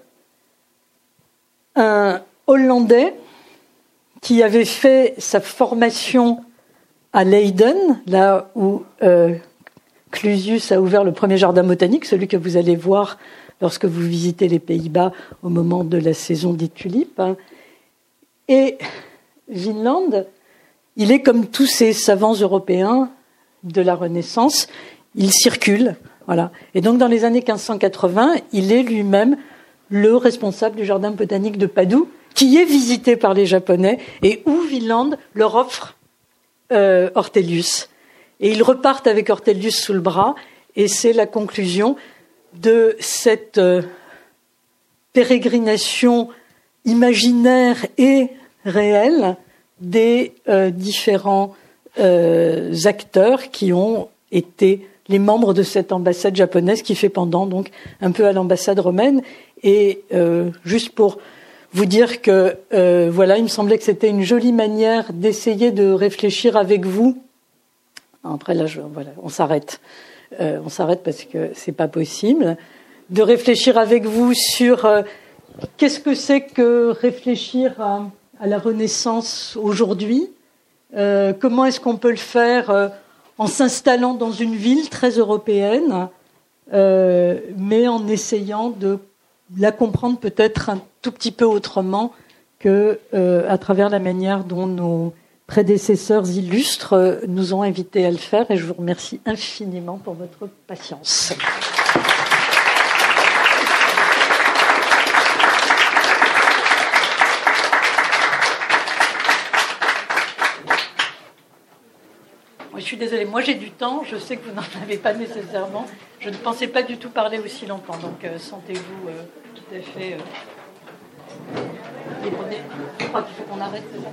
un Hollandais qui avait fait sa formation à Leiden, là où euh, Clusius a ouvert le premier jardin botanique, celui que vous allez voir lorsque vous visitez les Pays-Bas au moment de la saison des tulipes. Et Wieland, il est comme tous ces savants européens de la Renaissance, il circule, voilà. Et donc dans les années quinze cent quatre-vingts, il est lui-même le responsable du jardin botanique de Padoue, qui est visité par les Japonais et où Wieland leur offre euh, Ortelius. Et ils repartent avec Ortelius sous le bras, et c'est la conclusion de cette euh, pérégrination imaginaire et réelle des euh, différents Euh, acteurs qui ont été les membres de cette ambassade japonaise qui fait pendant donc un peu à l'ambassade romaine. Et euh, juste pour vous dire que euh, voilà, il me semblait que c'était une jolie manière d'essayer de réfléchir avec vous. Après là, je, voilà, on s'arrête, euh, on s'arrête parce que c'est pas possible de réfléchir avec vous sur euh, qu'est-ce que c'est que réfléchir à, à la Renaissance aujourd'hui. Euh, comment est-ce qu'on peut le faire euh, en s'installant dans une ville très européenne, euh, mais en essayant de la comprendre peut-être un tout petit peu autrement que euh, à travers la manière dont nos prédécesseurs illustres euh, nous ont invités à le faire. Et je vous remercie infiniment pour votre patience. Je suis désolée, moi j'ai du temps, je sais que vous n'en avez pas nécessairement. Je ne pensais pas du tout parler aussi longtemps, donc euh, sentez-vous euh, tout à fait euh, libre. Je crois qu'il faut qu'on arrête, c'est ça ?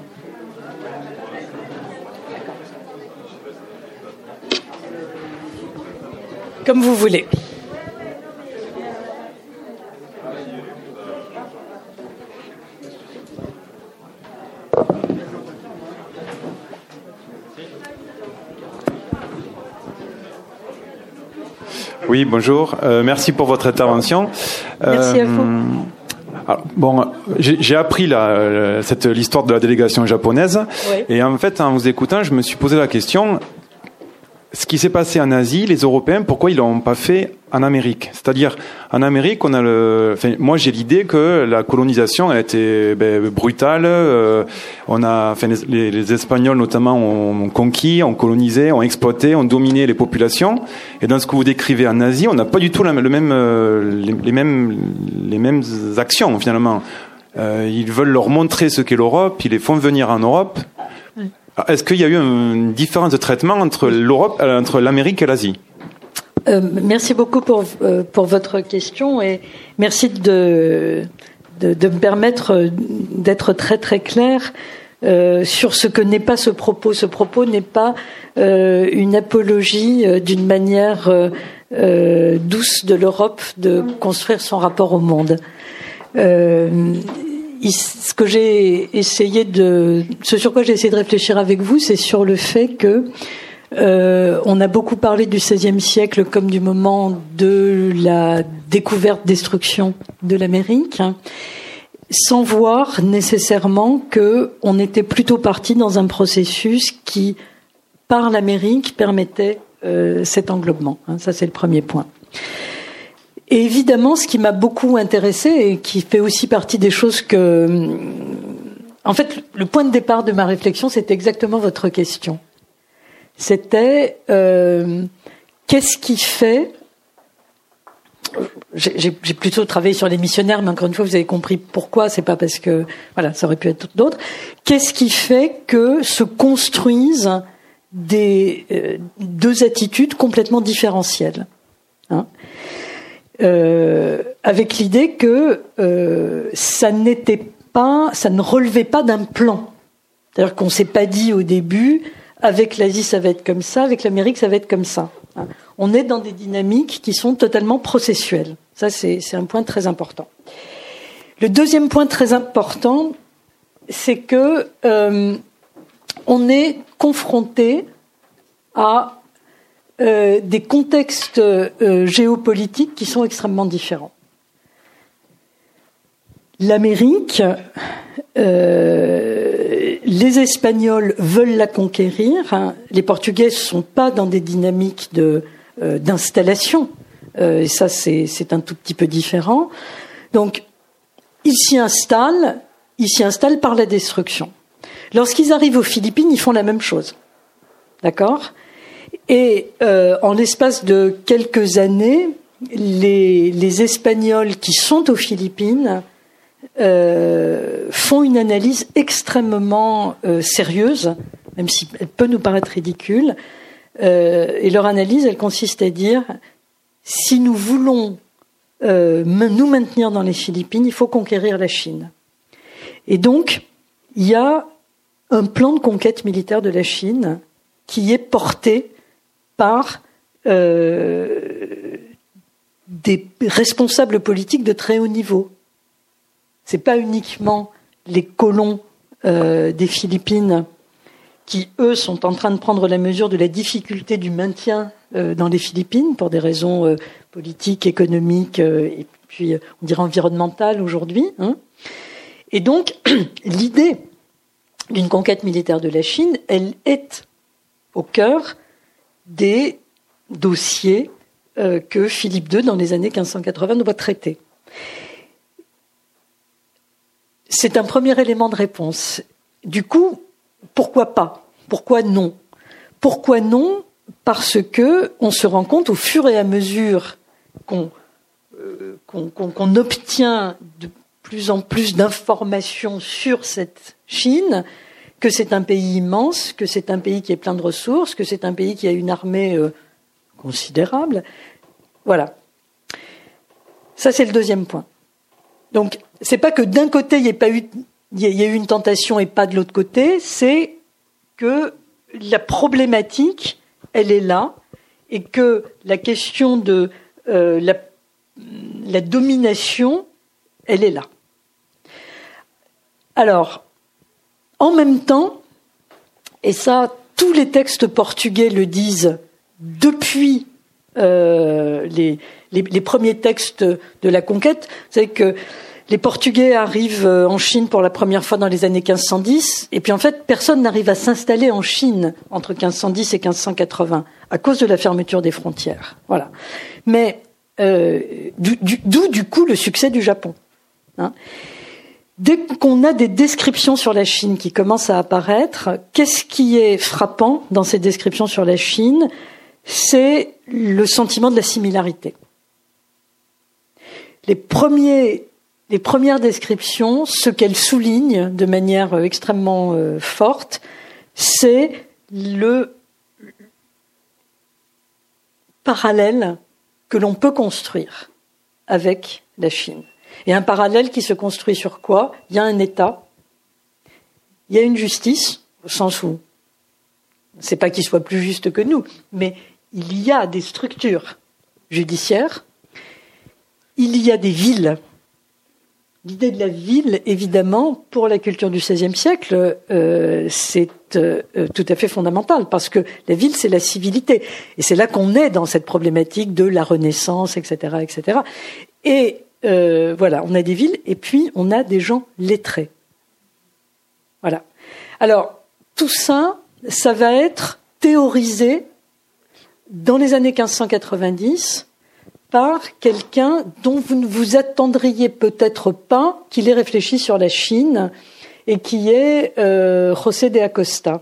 D'accord. Comme vous voulez. Oui, bonjour. Euh, merci pour votre intervention. Merci euh, à vous. Alors, bon, j'ai, j'ai appris la, cette, l'histoire de la délégation japonaise. Oui. Et en fait, en vous écoutant, je me suis posé la question, ce qui s'est passé en Asie, les Européens, pourquoi ils l'ont pas fait en Amérique? C'est-à-dire, en Amérique, on a le, enfin, moi, j'ai l'idée que la colonisation a été ben, brutale. Euh, on a, enfin, les, les Espagnols notamment ont conquis, ont colonisé, ont exploité, ont dominé les populations. Et dans ce que vous décrivez en Asie, on n'a pas du tout la, le même, euh, les, les mêmes, les mêmes actions finalement. Euh, ils veulent leur montrer ce qu'est l'Europe, ils les font venir en Europe. Oui. Est-ce qu'il y a eu une différence de traitement entre l'Europe, entre l'Amérique et l'Asie? Euh, merci beaucoup pour euh, pour votre question et merci de de, de me permettre d'être très très clair euh, sur ce que n'est pas ce propos. Ce propos n'est pas euh, une apologie euh, d'une manière euh, euh, douce de l'Europe de construire son rapport au monde. Euh, ce que j'ai essayé de, ce sur quoi j'ai essayé de réfléchir avec vous, c'est sur le fait que euh, on a beaucoup parlé du seizième siècle comme du moment de la découverte-destruction de l'Amérique, hein, sans voir nécessairement que on était plutôt parti dans un processus qui, par l'Amérique, permettait euh, cet englobement. Hein, ça, c'est le premier point. Et évidemment, ce qui m'a beaucoup intéressé et qui fait aussi partie des choses que... En fait, le point de départ de ma réflexion, c'était exactement votre question. C'était euh, qu'est-ce qui fait... J'ai, j'ai plutôt travaillé sur les missionnaires, mais encore une fois, vous avez compris pourquoi. C'est pas parce que... Voilà, ça aurait pu être d'autres. Qu'est-ce qui fait que se construisent des euh, deux attitudes complètement différentielles, hein? Euh, avec l'idée que euh, ça n'était pas, ça ne relevait pas d'un plan. C'est-à-dire qu'on s'est pas dit au début, avec l'Asie ça va être comme ça, avec l'Amérique ça va être comme ça. Hein. On est dans des dynamiques qui sont totalement processuelles. Ça, c'est, c'est un point très important. Le deuxième point très important, c'est que euh, on est confronté à Euh, des contextes euh, géopolitiques qui sont extrêmement différents. L'Amérique, euh, les Espagnols veulent la conquérir. Hein. Les Portugais ne sont pas dans des dynamiques de, euh, d'installation. Euh, et ça, c'est, c'est un tout petit peu différent. Donc, ils s'y installent, ils s'y installent par la destruction. Lorsqu'ils arrivent aux Philippines, ils font la même chose. D'accord ? Et euh, en l'espace de quelques années, les, les Espagnols qui sont aux Philippines euh, font une analyse extrêmement euh, sérieuse, même si elle peut nous paraître ridicule. Euh, et leur analyse, elle consiste à dire si nous voulons euh, nous maintenir dans les Philippines, il faut conquérir la Chine. Et donc, il y a un plan de conquête militaire de la Chine qui est porté par euh, des responsables politiques de très haut niveau. C'est pas uniquement les colons euh, des Philippines qui, eux, sont en train de prendre la mesure de la difficulté du maintien euh, dans les Philippines pour des raisons euh, politiques, économiques euh, et puis, euh, on dirait environnementales aujourd'hui. Hein. Et donc, l'idée d'une conquête militaire de la Chine, elle est au cœur des dossiers euh, que Philippe deux, dans les années quinze cent quatre-vingts, doit traiter. C'est un premier élément de réponse. Du coup, pourquoi pas ? Pourquoi non ? Pourquoi non ? Parce que on se rend compte au fur et à mesure qu'on, euh, qu'on, qu'on, qu'on obtient de plus en plus d'informations sur cette Chine, que c'est un pays immense, que c'est un pays qui est plein de ressources, que c'est un pays qui a une armée euh, considérable. Voilà. Ça, c'est le deuxième point. Donc, c'est pas que d'un côté, il n'y ait pas eu, il y a eu une tentation et pas de l'autre côté, c'est que la problématique, elle est là, et que la question de euh, la, la domination, elle est là. Alors, en même temps, et ça, tous les textes portugais le disent depuis euh, les, les, les premiers textes de la conquête, c'est que Les Portugais arrivent en Chine pour la première fois dans les années quinze cent dix, et puis en fait, personne n'arrive à s'installer en Chine entre quinze cent dix et quinze cent quatre-vingts à cause de la fermeture des frontières. Voilà. Mais euh, d'où du, du, du coup le succès du Japon. Hein. Dès qu'on a des descriptions sur la Chine qui commencent à apparaître, qu'est-ce qui est frappant dans ces descriptions sur la Chine ? C'est le sentiment de la similarité. Les premiers, les premières descriptions, ce qu'elles soulignent de manière extrêmement euh, forte, c'est le parallèle que l'on peut construire avec la Chine. Et un parallèle qui se construit sur quoi ? Il y a un État, il y a une justice, au sens où, c'est pas qu'il soit plus juste que nous, mais il y a des structures judiciaires, il y a des villes. L'idée de la ville, évidemment, pour la culture du seizième siècle, euh, c'est euh, tout à fait fondamental, parce que la ville, c'est la civilité. Et c'est là qu'on est dans cette problématique de la Renaissance, et cetera, et cetera. Et euh, voilà, on a des villes, et puis on a des gens lettrés. Voilà. Alors, tout ça, ça va être théorisé dans les années quinze cent quatre-vingt-dix par quelqu'un dont vous ne vous attendriez peut-être pas qu'il ait réfléchi sur la Chine, et qui est euh, José de Acosta.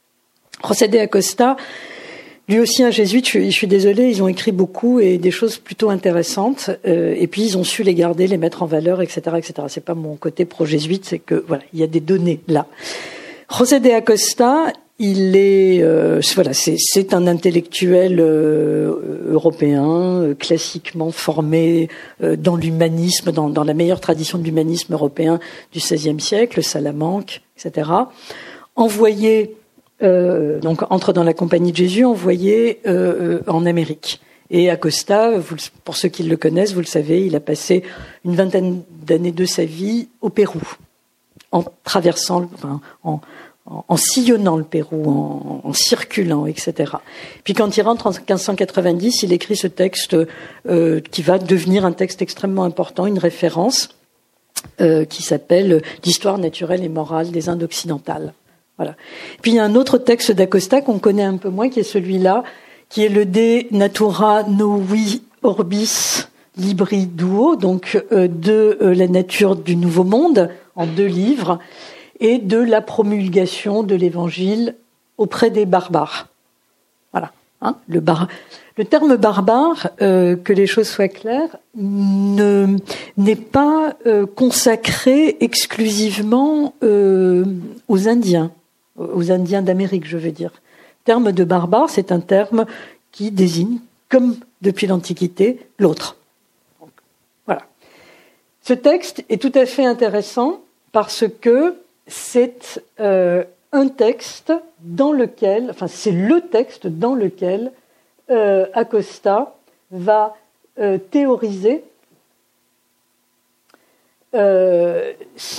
José de Acosta, lui aussi un jésuite, je suis, je suis désolée, ils ont écrit beaucoup et des choses plutôt intéressantes, euh, et puis ils ont su les garder, les mettre en valeur, et cetera, et cetera. C'est pas mon côté pro-jésuite, c'est que voilà, il y a des données là. José de Acosta, il est, euh, voilà, c'est, c'est un intellectuel euh, européen, euh, classiquement formé euh, dans l'humanisme, dans, dans la meilleure tradition de l'humanisme européen du seizième siècle, Salamanque, et cetera. Envoyé, euh, donc entre dans la Compagnie de Jésus, envoyé euh, en Amérique. Et Acosta, vous, pour ceux qui le connaissent, vous le savez, il a passé une vingtaine d'années de sa vie au Pérou, en traversant, enfin, en En, en sillonnant le Pérou, en, en circulant, et cetera. Puis quand il rentre en quinze cent quatre-vingt-dix, il écrit ce texte euh, qui va devenir un texte extrêmement important, une référence euh, qui s'appelle « L'histoire naturelle et morale des Indes occidentales ». Voilà. Puis il y a un autre texte d'Acosta qu'on connaît un peu moins, qui est celui-là, qui est le De Natura Novi Orbis Libri Duo, donc euh, de euh, la nature du Nouveau Monde, en deux livres, et de la promulgation de l'Évangile auprès des barbares. Voilà. Hein, le, bar... le terme barbare, euh, que les choses soient claires, ne... n'est pas euh, consacré exclusivement euh, aux Indiens, aux Indiens d'Amérique, je veux dire. Le terme de barbare, c'est un terme qui désigne, comme depuis l'Antiquité, l'autre. Donc, voilà. Ce texte est tout à fait intéressant parce que c'est euh, un texte dans lequel, enfin c'est le texte dans lequel euh, Acosta va euh, théoriser euh,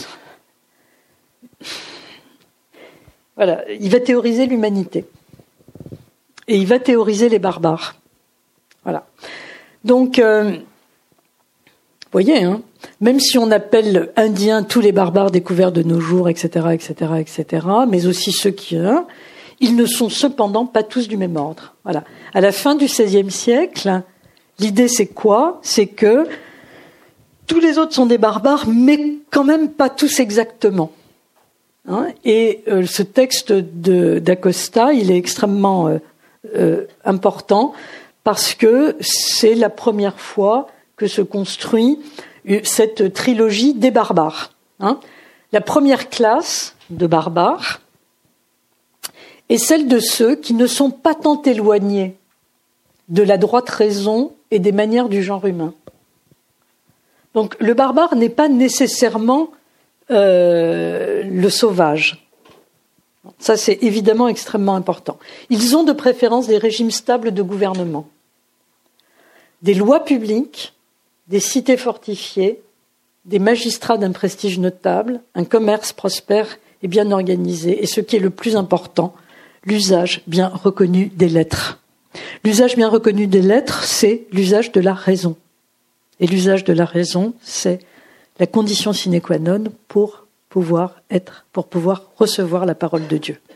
voilà, il va théoriser l'humanité et il va théoriser les barbares. Voilà. Donc, euh, vous voyez, hein, même si on appelle indiens tous les barbares découverts de nos jours, et cetera, et cetera, et cetera, mais aussi ceux qui, hein, ils ne sont cependant pas tous du même ordre. Voilà. À la fin du seizième siècle, l'idée c'est quoi ? C'est que tous les autres sont des barbares, mais quand même pas tous exactement. Hein, et euh, ce texte de, d'Acosta, il est extrêmement euh, euh, important parce que c'est la première fois que se construit cette trilogie des barbares. Hein. La première classe de barbares est celle de ceux qui ne sont pas tant éloignés de la droite raison et des manières du genre humain. Donc le barbare n'est pas nécessairement euh, le sauvage. Ça, c'est évidemment extrêmement important. Ils ont de préférence des régimes stables de gouvernement, des lois publiques, des cités fortifiées, des magistrats d'un prestige notable, un commerce prospère et bien organisé, et ce qui est le plus important, l'usage bien reconnu des lettres. L'usage bien reconnu des lettres, c'est l'usage de la raison. Et l'usage de la raison, c'est la condition sine qua non pour pouvoir être, pour pouvoir recevoir la parole de Dieu.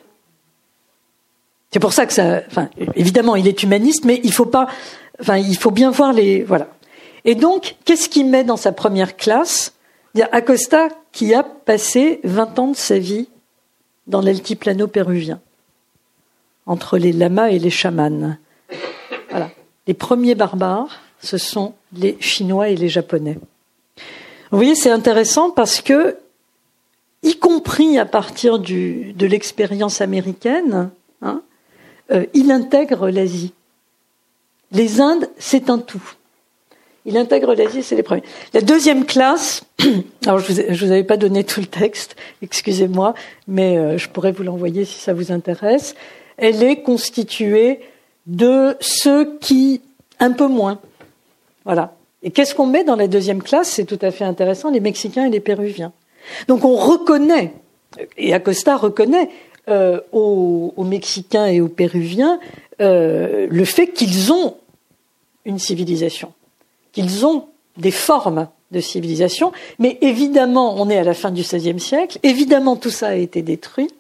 C'est pour ça que ça, enfin, évidemment, il est humaniste, mais il faut pas, enfin, il faut bien voir les, voilà. Et donc, qu'est-ce qu'il met dans sa première classe? Il y a Acosta qui a passé vingt ans de sa vie dans l'altiplano péruvien, entre les lamas et les chamans. Voilà. Les premiers barbares, ce sont les Chinois et les Japonais. Vous voyez, c'est intéressant parce que, y compris à partir du, de l'expérience américaine, hein, euh, il intègre l'Asie. Les Indes, c'est un tout. Il intègre l'Asie, c'est les premiers. La deuxième classe, alors je vous, ai, je vous avais pas donné tout le texte, excusez-moi, mais euh, je pourrais vous l'envoyer si ça vous intéresse. Elle est constituée de ceux qui, un peu moins, voilà. Et qu'est-ce qu'on met dans la deuxième classe? C'est tout à fait intéressant, les Mexicains et les Péruviens. Donc on reconnaît, et Acosta reconnaît euh, aux, aux Mexicains et aux Péruviens euh, le fait qu'ils ont une civilisation, qu'ils ont des formes de civilisation, mais évidemment, on est à la fin du seizième siècle, évidemment tout ça a été détruit,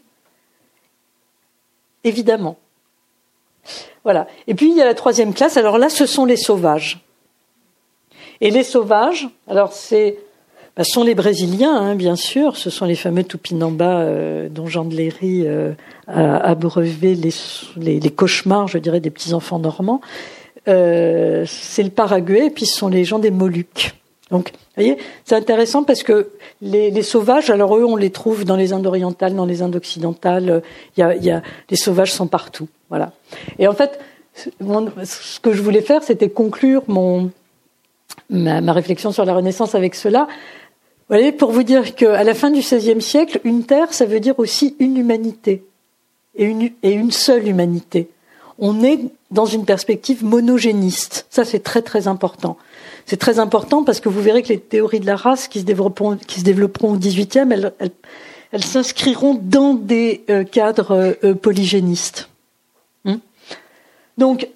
évidemment. Voilà. Et puis il y a la troisième classe, alors là ce sont les sauvages. Et les sauvages, alors c'est, bah, ce sont les Brésiliens, hein, bien sûr, ce sont les fameux Tupinamba euh, dont Jean de Léry euh, a abreuvé les, les, les cauchemars, je dirais, des petits-enfants normands. Euh, c'est le Paraguay, et puis ce sont les gens des Moluques. Donc, vous voyez, c'est intéressant parce que les, les sauvages, alors eux, on les trouve dans les Indes orientales, dans les Indes occidentales, il y a, il y a, les sauvages sont partout, voilà. Et en fait, mon, ce que je voulais faire, c'était conclure mon... Ma, ma réflexion sur la Renaissance avec cela. Vous voyez, pour vous dire qu'à la fin du seizième siècle, une terre, ça veut dire aussi une humanité et une, et une seule humanité. On est dans une perspective monogéniste. Ça, c'est très très important. C'est très important parce que vous verrez que les théories de la race qui se développeront, qui se développeront au dix-huitième, elles, elles, elles s'inscriront dans des euh, cadres euh, polygénistes. Hum Donc,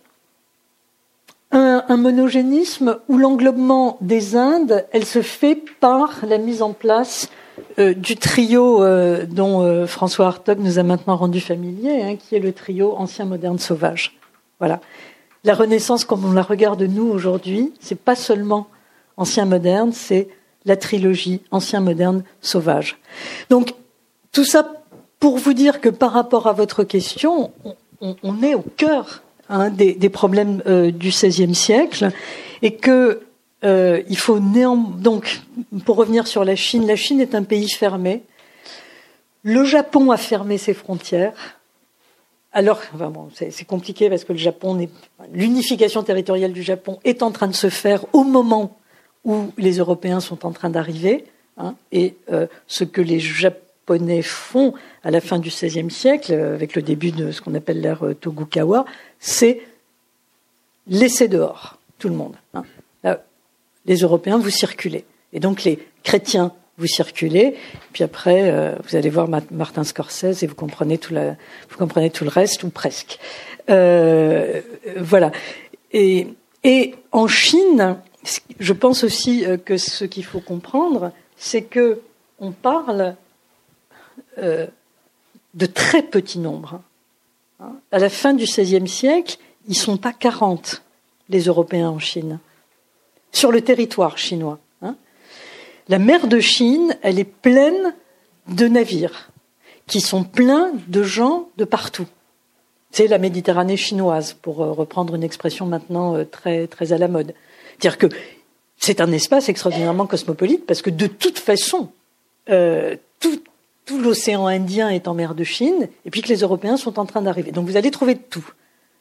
Un, un monogénisme où l'englobement des Indes, elle se fait par la mise en place euh, du trio euh, dont euh, François Hartog nous a maintenant rendu familier, hein, qui est le trio ancien, moderne, sauvage. Voilà. La Renaissance, comme on la regarde nous aujourd'hui, c'est pas seulement ancien, moderne, c'est la trilogie ancien, moderne, sauvage. Donc tout ça pour vous dire que par rapport à votre question, on, on, on est au cœur Hein, des, des problèmes euh, du seizième siècle, et que euh, il faut néanmoins. Donc, pour revenir sur la Chine, la Chine est un pays fermé. Le Japon a fermé ses frontières. Alors, enfin bon, c'est, c'est compliqué parce que le Japon, n'est, l'unification territoriale du Japon est en train de se faire au moment où les Européens sont en train d'arriver, hein, et euh, ce que les Japonais font à la fin du seizième siècle, avec le début de ce qu'on appelle l'ère Tokugawa, c'est laisser dehors tout le monde. Hein. Là, les Européens, vous circulez. Et donc les chrétiens, vous circulez. Puis après, euh, vous allez voir Martin Scorsese et vous comprenez tout, la, vous comprenez tout le reste, ou presque. Euh, voilà. Et, et en Chine, je pense aussi que ce qu'il faut comprendre, c'est que on parle euh, de très petits nombres. Hein. À la fin du seizième siècle, ils ne sont pas quarante, les Européens en Chine, sur le territoire chinois. Hein. La mer de Chine, elle est pleine de navires qui sont pleins de gens de partout. C'est la Méditerranée chinoise, pour reprendre une expression maintenant très, très à la mode. C'est-à-dire que c'est un espace extraordinairement cosmopolite parce que de toute façon, euh, tout, tout l'océan Indien est en mer de Chine et puis que les Européens sont en train d'arriver. Donc vous allez trouver de tout.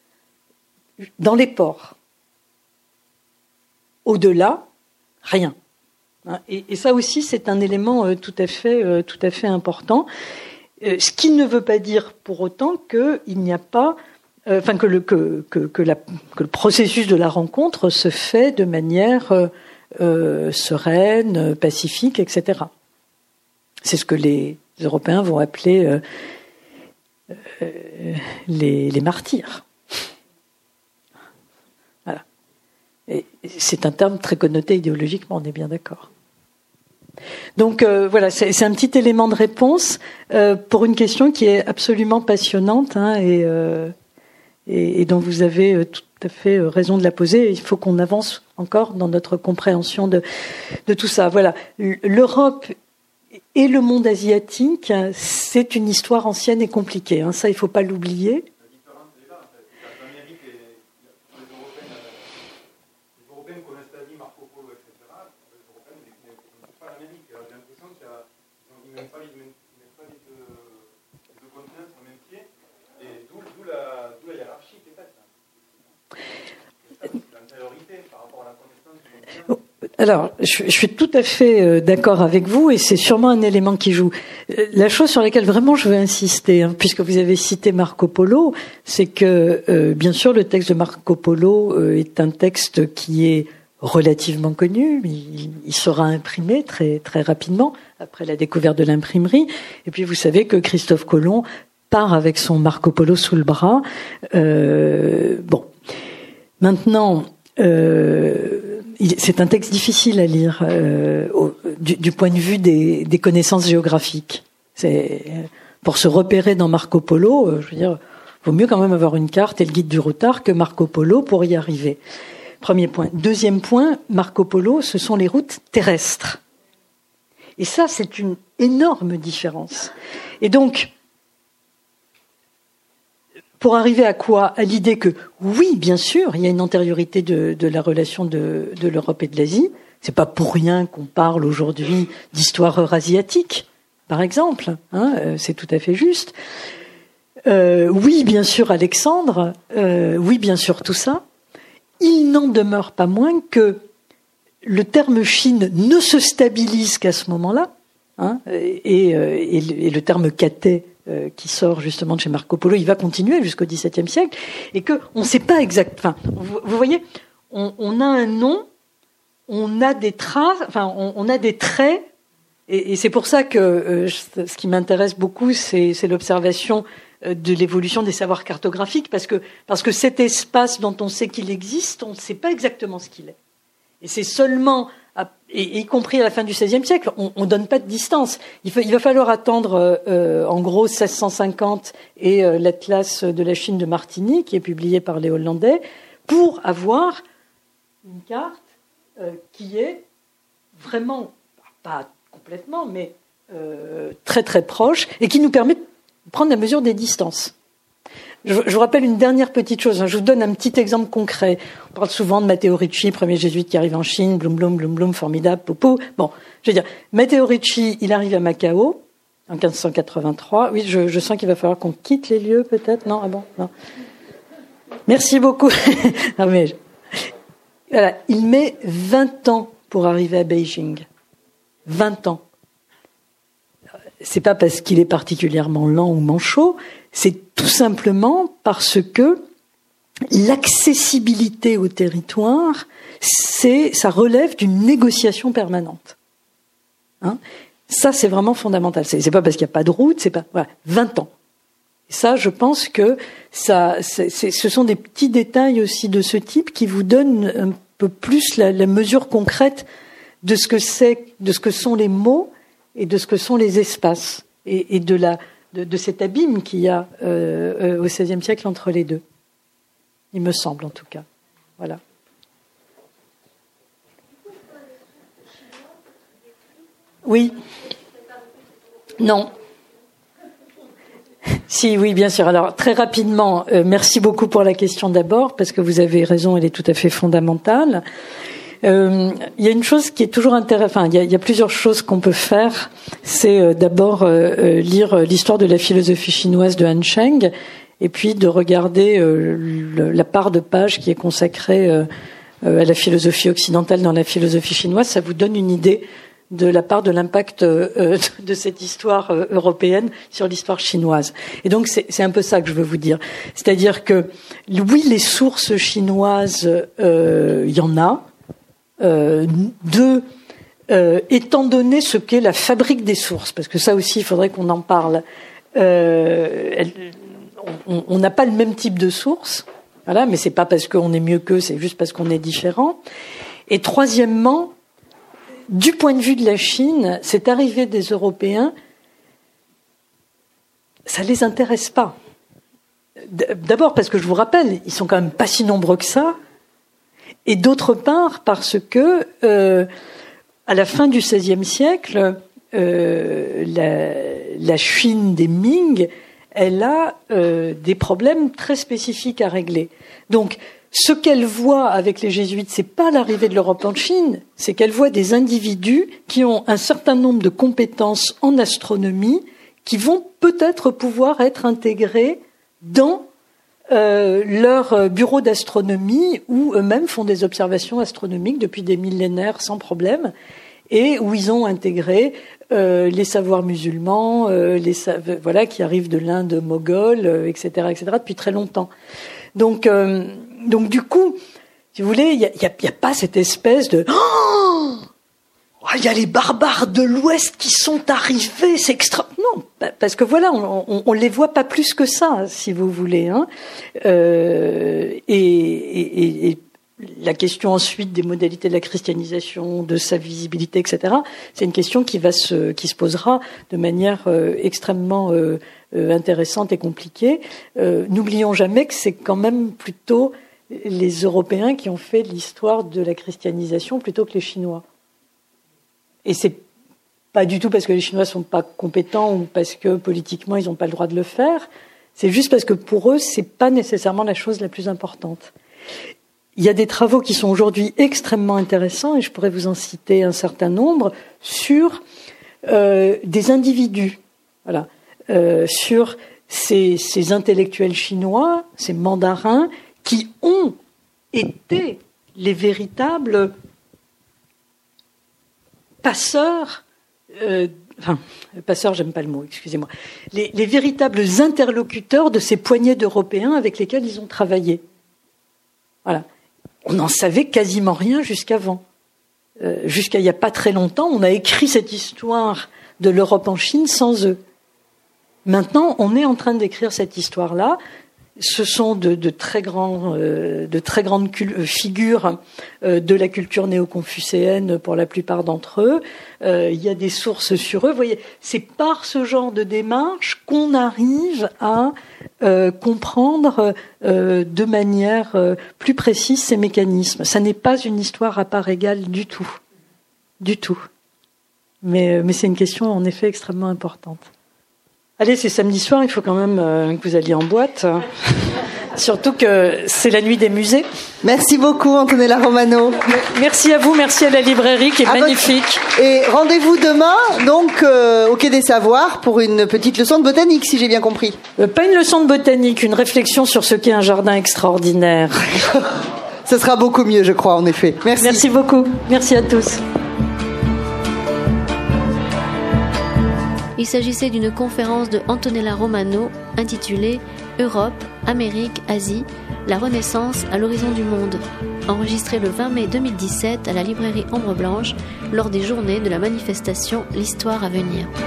Dans les ports. Au-delà, rien. Et, et ça aussi, c'est un élément euh, tout à fait, euh, tout à fait important. Euh, ce qui ne veut pas dire pour autant qu'il n'y a pas, euh, enfin que le que que que, la, que le processus de la rencontre se fait de manière euh, euh, sereine, pacifique, et cetera. C'est ce que les Européens vont appeler euh, euh, les, les martyrs. Voilà. Et c'est un terme très connoté idéologiquement, on est bien d'accord. Donc euh, voilà, c'est, c'est un petit élément de réponse euh, pour une question qui est absolument passionnante hein, et, euh, et, et dont vous avez euh, tout à fait euh, raison de la poser. Il faut qu'on avance encore dans notre compréhension de, de tout ça. Voilà, l'Europe et le monde asiatique, c'est une histoire ancienne et compliquée. Hein. Ça, il ne faut pas l'oublier. Alors, je, je suis tout à fait euh, d'accord avec vous et c'est sûrement un élément qui joue. Euh, la chose sur laquelle vraiment je veux insister, hein, puisque vous avez cité Marco Polo, c'est que, euh, bien sûr, le texte de Marco Polo euh, est un texte qui est relativement connu. Il, il sera imprimé très, très rapidement après la découverte de l'imprimerie. Et puis, vous savez que Christophe Colomb part avec son Marco Polo sous le bras. Euh, bon. Maintenant... Euh, c'est un texte difficile à lire euh, au, du, du point de vue des, des connaissances géographiques. C'est, pour se repérer dans Marco Polo, euh, je veux dire, vaut mieux quand même avoir une carte et le guide du routard que Marco Polo pour y arriver. Premier point. Deuxième point, Marco Polo, ce sont les routes terrestres. Et ça, c'est une énorme différence. Et donc, pour arriver à quoi? À l'idée que, oui, bien sûr, il y a une antériorité de, de la relation de, de l'Europe et de l'Asie. C'est pas pour rien qu'on parle aujourd'hui d'histoire eurasiatique, par exemple. Hein, c'est tout à fait juste. Euh, oui, bien sûr, Alexandre. Euh, oui, bien sûr, tout ça. Il n'en demeure pas moins que le terme Chine ne se stabilise qu'à ce moment-là. Hein, et, et, et le terme cathé Euh, qui sort justement de chez Marco Polo, il va continuer jusqu'au XVIIe siècle, et que on ne sait pas exact. Enfin, vous, vous voyez, on, on a un nom, on a des traces, enfin, on, on a des traits, et, et c'est pour ça que euh, ce qui m'intéresse beaucoup, c'est, c'est l'observation de l'évolution des savoirs cartographiques, parce que parce que cet espace dont on sait qu'il existe, on ne sait pas exactement ce qu'il est, et c'est seulement Et, y compris à la fin du seizième siècle, on ne donne pas de distance. Il, faut, il va falloir attendre, euh, en gros, seize cent cinquante et euh, l'Atlas de la Chine de Martigny, qui est publié par les Hollandais, pour avoir une carte euh, qui est vraiment, pas complètement, mais euh, très très proche, et qui nous permet de prendre la mesure des distances. Je, je vous rappelle une dernière petite chose. Je vous donne un petit exemple concret. On parle souvent de Matteo Ricci, premier jésuite qui arrive en Chine, bloum, bloum, bloum, bloum, formidable, popo. Bon, je veux dire, Matteo Ricci, il arrive à Macao en quinze cent quatre-vingt-trois. Oui, je, je sens qu'il va falloir qu'on quitte les lieux, peut-être. Non, ah bon, non. Merci beaucoup. Non, mais, voilà, il met vingt ans pour arriver à Beijing. vingt ans. C'est pas parce qu'il est particulièrement lent ou manchot, c'est tout simplement parce que l'accessibilité au territoire, c'est, ça relève d'une négociation permanente. Hein, ça, c'est vraiment fondamental. C'est, c'est pas parce qu'il n'y a pas de route, c'est pas, voilà, vingt ans. Et ça, je pense que ça, c'est, c'est, ce sont des petits détails aussi de ce type qui vous donnent un peu plus la, la mesure concrète de ce que c'est, de ce que sont les mots et de ce que sont les espaces et, et de la De, de cet abîme qu'il y a euh, euh, au seizième siècle entre les deux. Il me semble, en tout cas. Voilà. Oui. Non. Si, oui, bien sûr. Alors, très rapidement, euh, merci beaucoup pour la question d'abord, parce que vous avez raison, elle est tout à fait fondamentale. Euh, il y a une chose qui est toujours intéressante. Enfin, il y a, il y a plusieurs choses qu'on peut faire. C'est euh, d'abord euh, lire l'histoire de la philosophie chinoise de Han Sheng, et puis de regarder euh, le, la part de page qui est consacrée euh, à la philosophie occidentale dans la philosophie chinoise. Ça vous donne une idée de la part de l'impact euh, de cette histoire euh, européenne sur l'histoire chinoise. Et donc c'est, c'est un peu ça que je veux vous dire. C'est-à-dire que oui, les sources chinoises, euh, il y en a. Euh, deux, euh, étant donné ce qu'est la fabrique des sources, parce que ça aussi, il faudrait qu'on en parle, euh, elle, on n'a pas le même type de sources, voilà, mais c'est pas parce qu'on est mieux qu'eux, c'est juste parce qu'on est différent. Et troisièmement, du point de vue de la Chine, cette arrivée des Européens, ça les intéresse pas. D'abord parce que je vous rappelle, ils sont quand même pas si nombreux que ça, et d'autre part parce que euh, à la fin du seizième siècle, euh, la, la Chine des Ming, elle a euh, des problèmes très spécifiques à régler. Donc, ce qu'elle voit avec les jésuites, c'est pas l'arrivée de l'Europe en Chine, c'est qu'elle voit des individus qui ont un certain nombre de compétences en astronomie qui vont peut-être pouvoir être intégrés dans euh, leur bureau d'astronomie où eux-mêmes font des observations astronomiques depuis des millénaires sans problème et où ils ont intégré euh, les savoirs musulmans, euh, les sav- voilà qui arrivent de l'Inde moghole, euh, et cetera, et cetera depuis très longtemps. Donc, euh, donc du coup, si vous voulez, il y a, y a, y a pas cette espèce de oh, il y a les barbares de l'Ouest qui sont arrivés, c'est extra. Non, parce que voilà, on, on, on les voit pas plus que ça, si vous voulez. Hein. Euh, et, et, et la question ensuite des modalités de la christianisation, de sa visibilité, et cetera. C'est une question qui va se, qui se posera de manière euh, extrêmement euh, euh, intéressante et compliquée. Euh, n'oublions jamais que c'est quand même plutôt les Européens qui ont fait l'histoire de la christianisation plutôt que les Chinois. Et c'est pas du tout parce que les Chinois sont pas compétents ou parce que politiquement ils n'ont pas le droit de le faire. C'est juste parce que pour eux, c'est pas nécessairement la chose la plus importante. Il y a des travaux qui sont aujourd'hui extrêmement intéressants, et je pourrais vous en citer un certain nombre, sur euh, des individus, voilà, euh, sur ces, ces intellectuels chinois, ces mandarins, qui ont été les véritables passeurs, euh, enfin, passeurs, j'aime pas le mot, excusez-moi, les, les véritables interlocuteurs de ces poignées d'Européens avec lesquels ils ont travaillé. Voilà. On n'en savait quasiment rien jusqu'avant. Euh, jusqu'à il n'y a pas très longtemps, on a écrit cette histoire de l'Europe en Chine sans eux. Maintenant, on est en train d'écrire cette histoire-là. Ce sont de, de très grands, euh, de très grandes cul- figures euh, de la culture néo-confucéenne pour la plupart d'entre eux. Euh, il y a des sources sur eux. Vous voyez, c'est par ce genre de démarche qu'on arrive à euh, comprendre euh, de manière euh, plus précise ces mécanismes. Ça n'est pas une histoire à part égale du tout, du tout. Mais, mais c'est une question en effet extrêmement importante. Allez, c'est samedi soir, il faut quand même euh, que vous alliez en boîte. Surtout que c'est la nuit des musées. Merci beaucoup, Antonella Romano. Merci à vous, merci à la librairie qui est à magnifique. Votre... Et rendez-vous demain, donc, euh, au Quai des Savoirs, pour une petite leçon de botanique, si j'ai bien compris. Euh, pas une leçon de botanique, une réflexion sur ce qu'est un jardin extraordinaire. Ce sera beaucoup mieux, je crois, en effet. Merci. Merci beaucoup. Merci à tous. Il s'agissait d'une conférence de Antonella Romano intitulée « Europe, Amérique, Asie, la Renaissance à l'horizon du monde », enregistrée le vingt mai deux mille dix-sept à la librairie Ombre Blanche lors des journées de la manifestation « L'histoire à venir ».